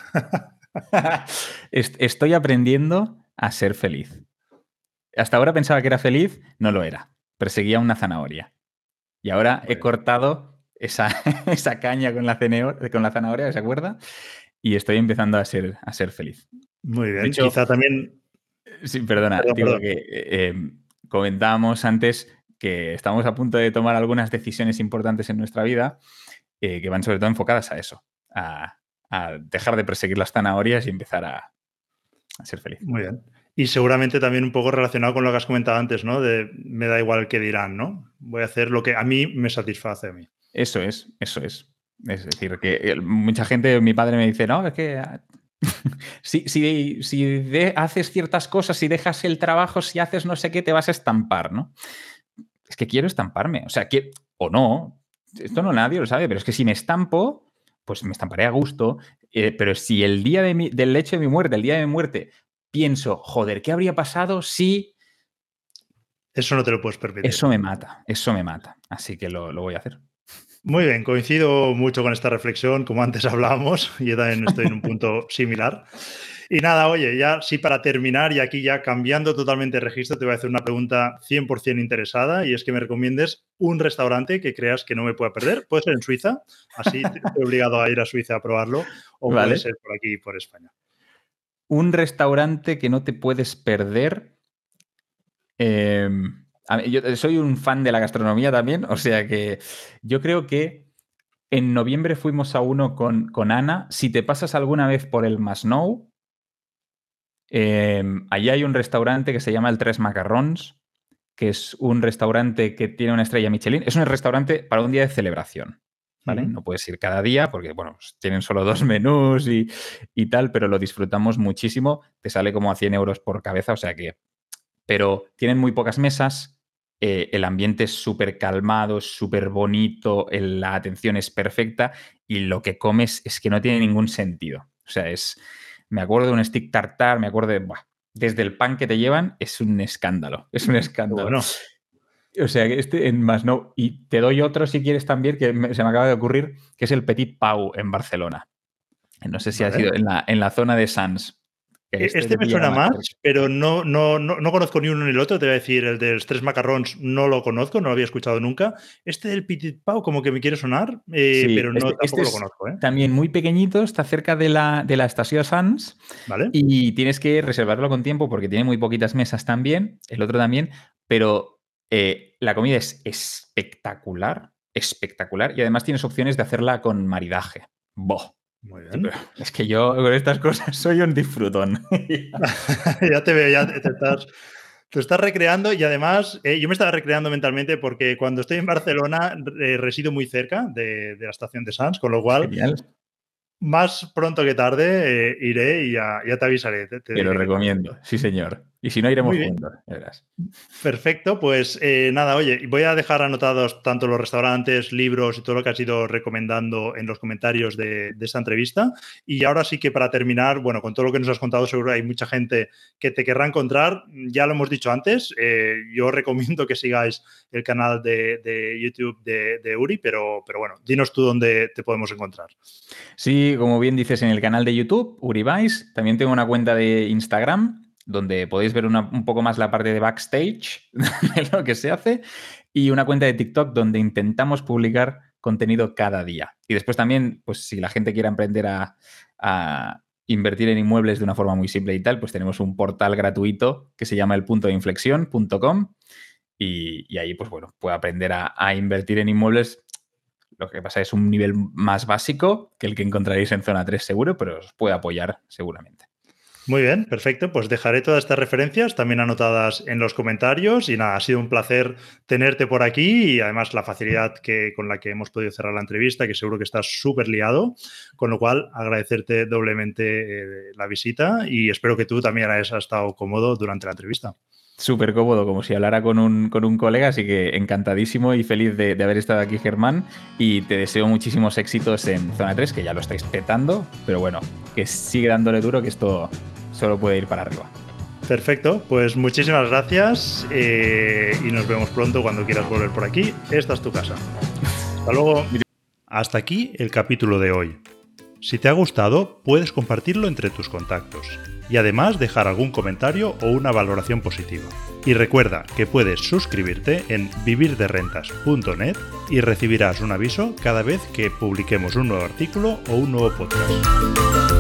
Estoy aprendiendo a ser feliz. Hasta ahora pensaba que era feliz, no lo era. Perseguía una zanahoria. Y ahora Muy he bien. cortado esa caña con la zanahoria, ¿se acuerda? Y estoy empezando a ser feliz. Muy De bien. hecho, Quizá también. sí, perdona, Perdón, digo perdón. que comentábamos antes que estamos a punto de tomar algunas decisiones importantes en nuestra vida que van sobre todo enfocadas a eso, a dejar de perseguir las zanahorias y empezar a ser feliz. Muy bien. Y seguramente también un poco relacionado con lo que has comentado antes, ¿no? De me da igual qué dirán, ¿no? Voy a hacer lo que a mí me satisface a mí. Eso es, eso es. Es decir, que mucha gente, mi padre me dice, no, es que si haces ciertas cosas, si dejas el trabajo, si haces no sé qué, te vas a estampar, ¿no? Es que quiero estamparme, o sea, que, o no, esto no nadie lo sabe, pero es que si me estampo, pues me estamparé a gusto, pero si el día del hecho de mi muerte, el día de mi muerte, pienso, joder, ¿qué habría pasado si Eso no te lo puedes permitir. eso me mata? Eso me mata. Así que lo voy a hacer. Muy bien, coincido mucho con esta reflexión, como antes hablábamos, yo también estoy en un punto similar. Y nada, oye, ya sí para terminar y aquí ya cambiando totalmente de registro, te voy a hacer una pregunta 100% interesada y es que me recomiendes un restaurante que creas que no me pueda perder. Puede ser en Suiza, así estoy obligado a ir a Suiza a probarlo, o puede ¿Vale? ser por aquí, por España. Un restaurante que no te puedes perder. Yo soy un fan de la gastronomía también, o sea que yo creo que en noviembre fuimos a uno con Ana. Si te pasas alguna vez por el Masnou, allí hay un restaurante que se llama el Tres Macarrons, que es un restaurante que tiene una estrella Michelin. Es un restaurante para un día de celebración, ¿vale? No puedes ir cada día porque, bueno, pues tienen solo 2 menús y tal, pero lo disfrutamos muchísimo. Te sale como a 100 euros por cabeza, o sea que... Pero tienen muy pocas mesas, el ambiente es súper calmado, es súper bonito, la atención es perfecta y lo que comes es que no tiene ningún sentido. O sea, me acuerdo de un stick tartar, me acuerdo de... Buah, desde el pan que te llevan es un escándalo, es un escándalo. Bueno. O sea, en Masnou, y te doy otro si quieres también, que se me acaba de ocurrir, que es el Petit Pau en Barcelona. No sé si ha sido en la zona de Sants. Este me suena más, pero no conozco ni uno ni el otro. Te voy a decir, el de los Tres Macarrons no lo conozco, no lo había escuchado nunca. Este del Petit Pau como que me quiere sonar, sí, pero no tampoco lo conozco. También muy pequeñito, está cerca de la estación Sants, ¿Vale? Y tienes que reservarlo con tiempo porque tiene muy poquitas mesas también, el otro también, pero la comida es espectacular, espectacular, y además tienes opciones de hacerla con maridaje. ¡Boh! Muy bien. Es que yo con estas cosas soy un disfrutón. Ya te veo, ya te estás recreando y además yo me estaba recreando mentalmente porque cuando estoy en Barcelona resido muy cerca de la estación de Sants, con lo cual Genial. más pronto que tarde iré y ya te avisaré. Te Te lo diré qué tal. recomiendo, sí señor. Y si no, iremos Muy bien. juntos, verás. Perfecto, pues nada, oye, voy a dejar anotados tanto los restaurantes, libros y todo lo que has ido recomendando en los comentarios de esta entrevista. Y ahora sí que para terminar, bueno, con todo lo que nos has contado, seguro hay mucha gente que te querrá encontrar. Ya lo hemos dicho antes, yo recomiendo que sigáis el canal de YouTube de Uri, pero bueno, dinos tú dónde te podemos encontrar. Sí, como bien dices, en el canal de YouTube, Uri Vice. También tengo una cuenta de Instagram donde podéis ver un poco más la parte de backstage de lo que se hace, y una cuenta de TikTok donde intentamos publicar contenido cada día. Y después también, pues si la gente quiere aprender a invertir en inmuebles de una forma muy simple y tal, pues tenemos un portal gratuito que se llama elpuntoinflexión.com y ahí, pues bueno, puede aprender a invertir en inmuebles. Lo que pasa es un nivel más básico que el que encontraréis en Zona 3 seguro, pero os puede apoyar seguramente. Muy bien, perfecto. Pues dejaré todas estas referencias también anotadas en los comentarios. Y nada, ha sido un placer tenerte por aquí y además la facilidad con la que hemos podido cerrar la entrevista, que seguro que estás súper liado. Con lo cual, agradecerte doblemente la visita y espero que tú también hayas estado cómodo durante la entrevista. Súper cómodo, como si hablara con un colega, así que encantadísimo y feliz de haber estado aquí, Germán, y te deseo muchísimos éxitos en Zona 3, que ya lo estáis petando, pero bueno, que sigue dándole duro, que esto solo puede ir para arriba. Perfecto, pues muchísimas gracias y nos vemos pronto cuando quieras volver por aquí. Esta es tu casa. Hasta luego. Hasta aquí el capítulo de hoy. Si te ha gustado, puedes compartirlo entre tus contactos y además dejar algún comentario o una valoración positiva. Y recuerda que puedes suscribirte en vivirderrentas.net y recibirás un aviso cada vez que publiquemos un nuevo artículo o un nuevo podcast.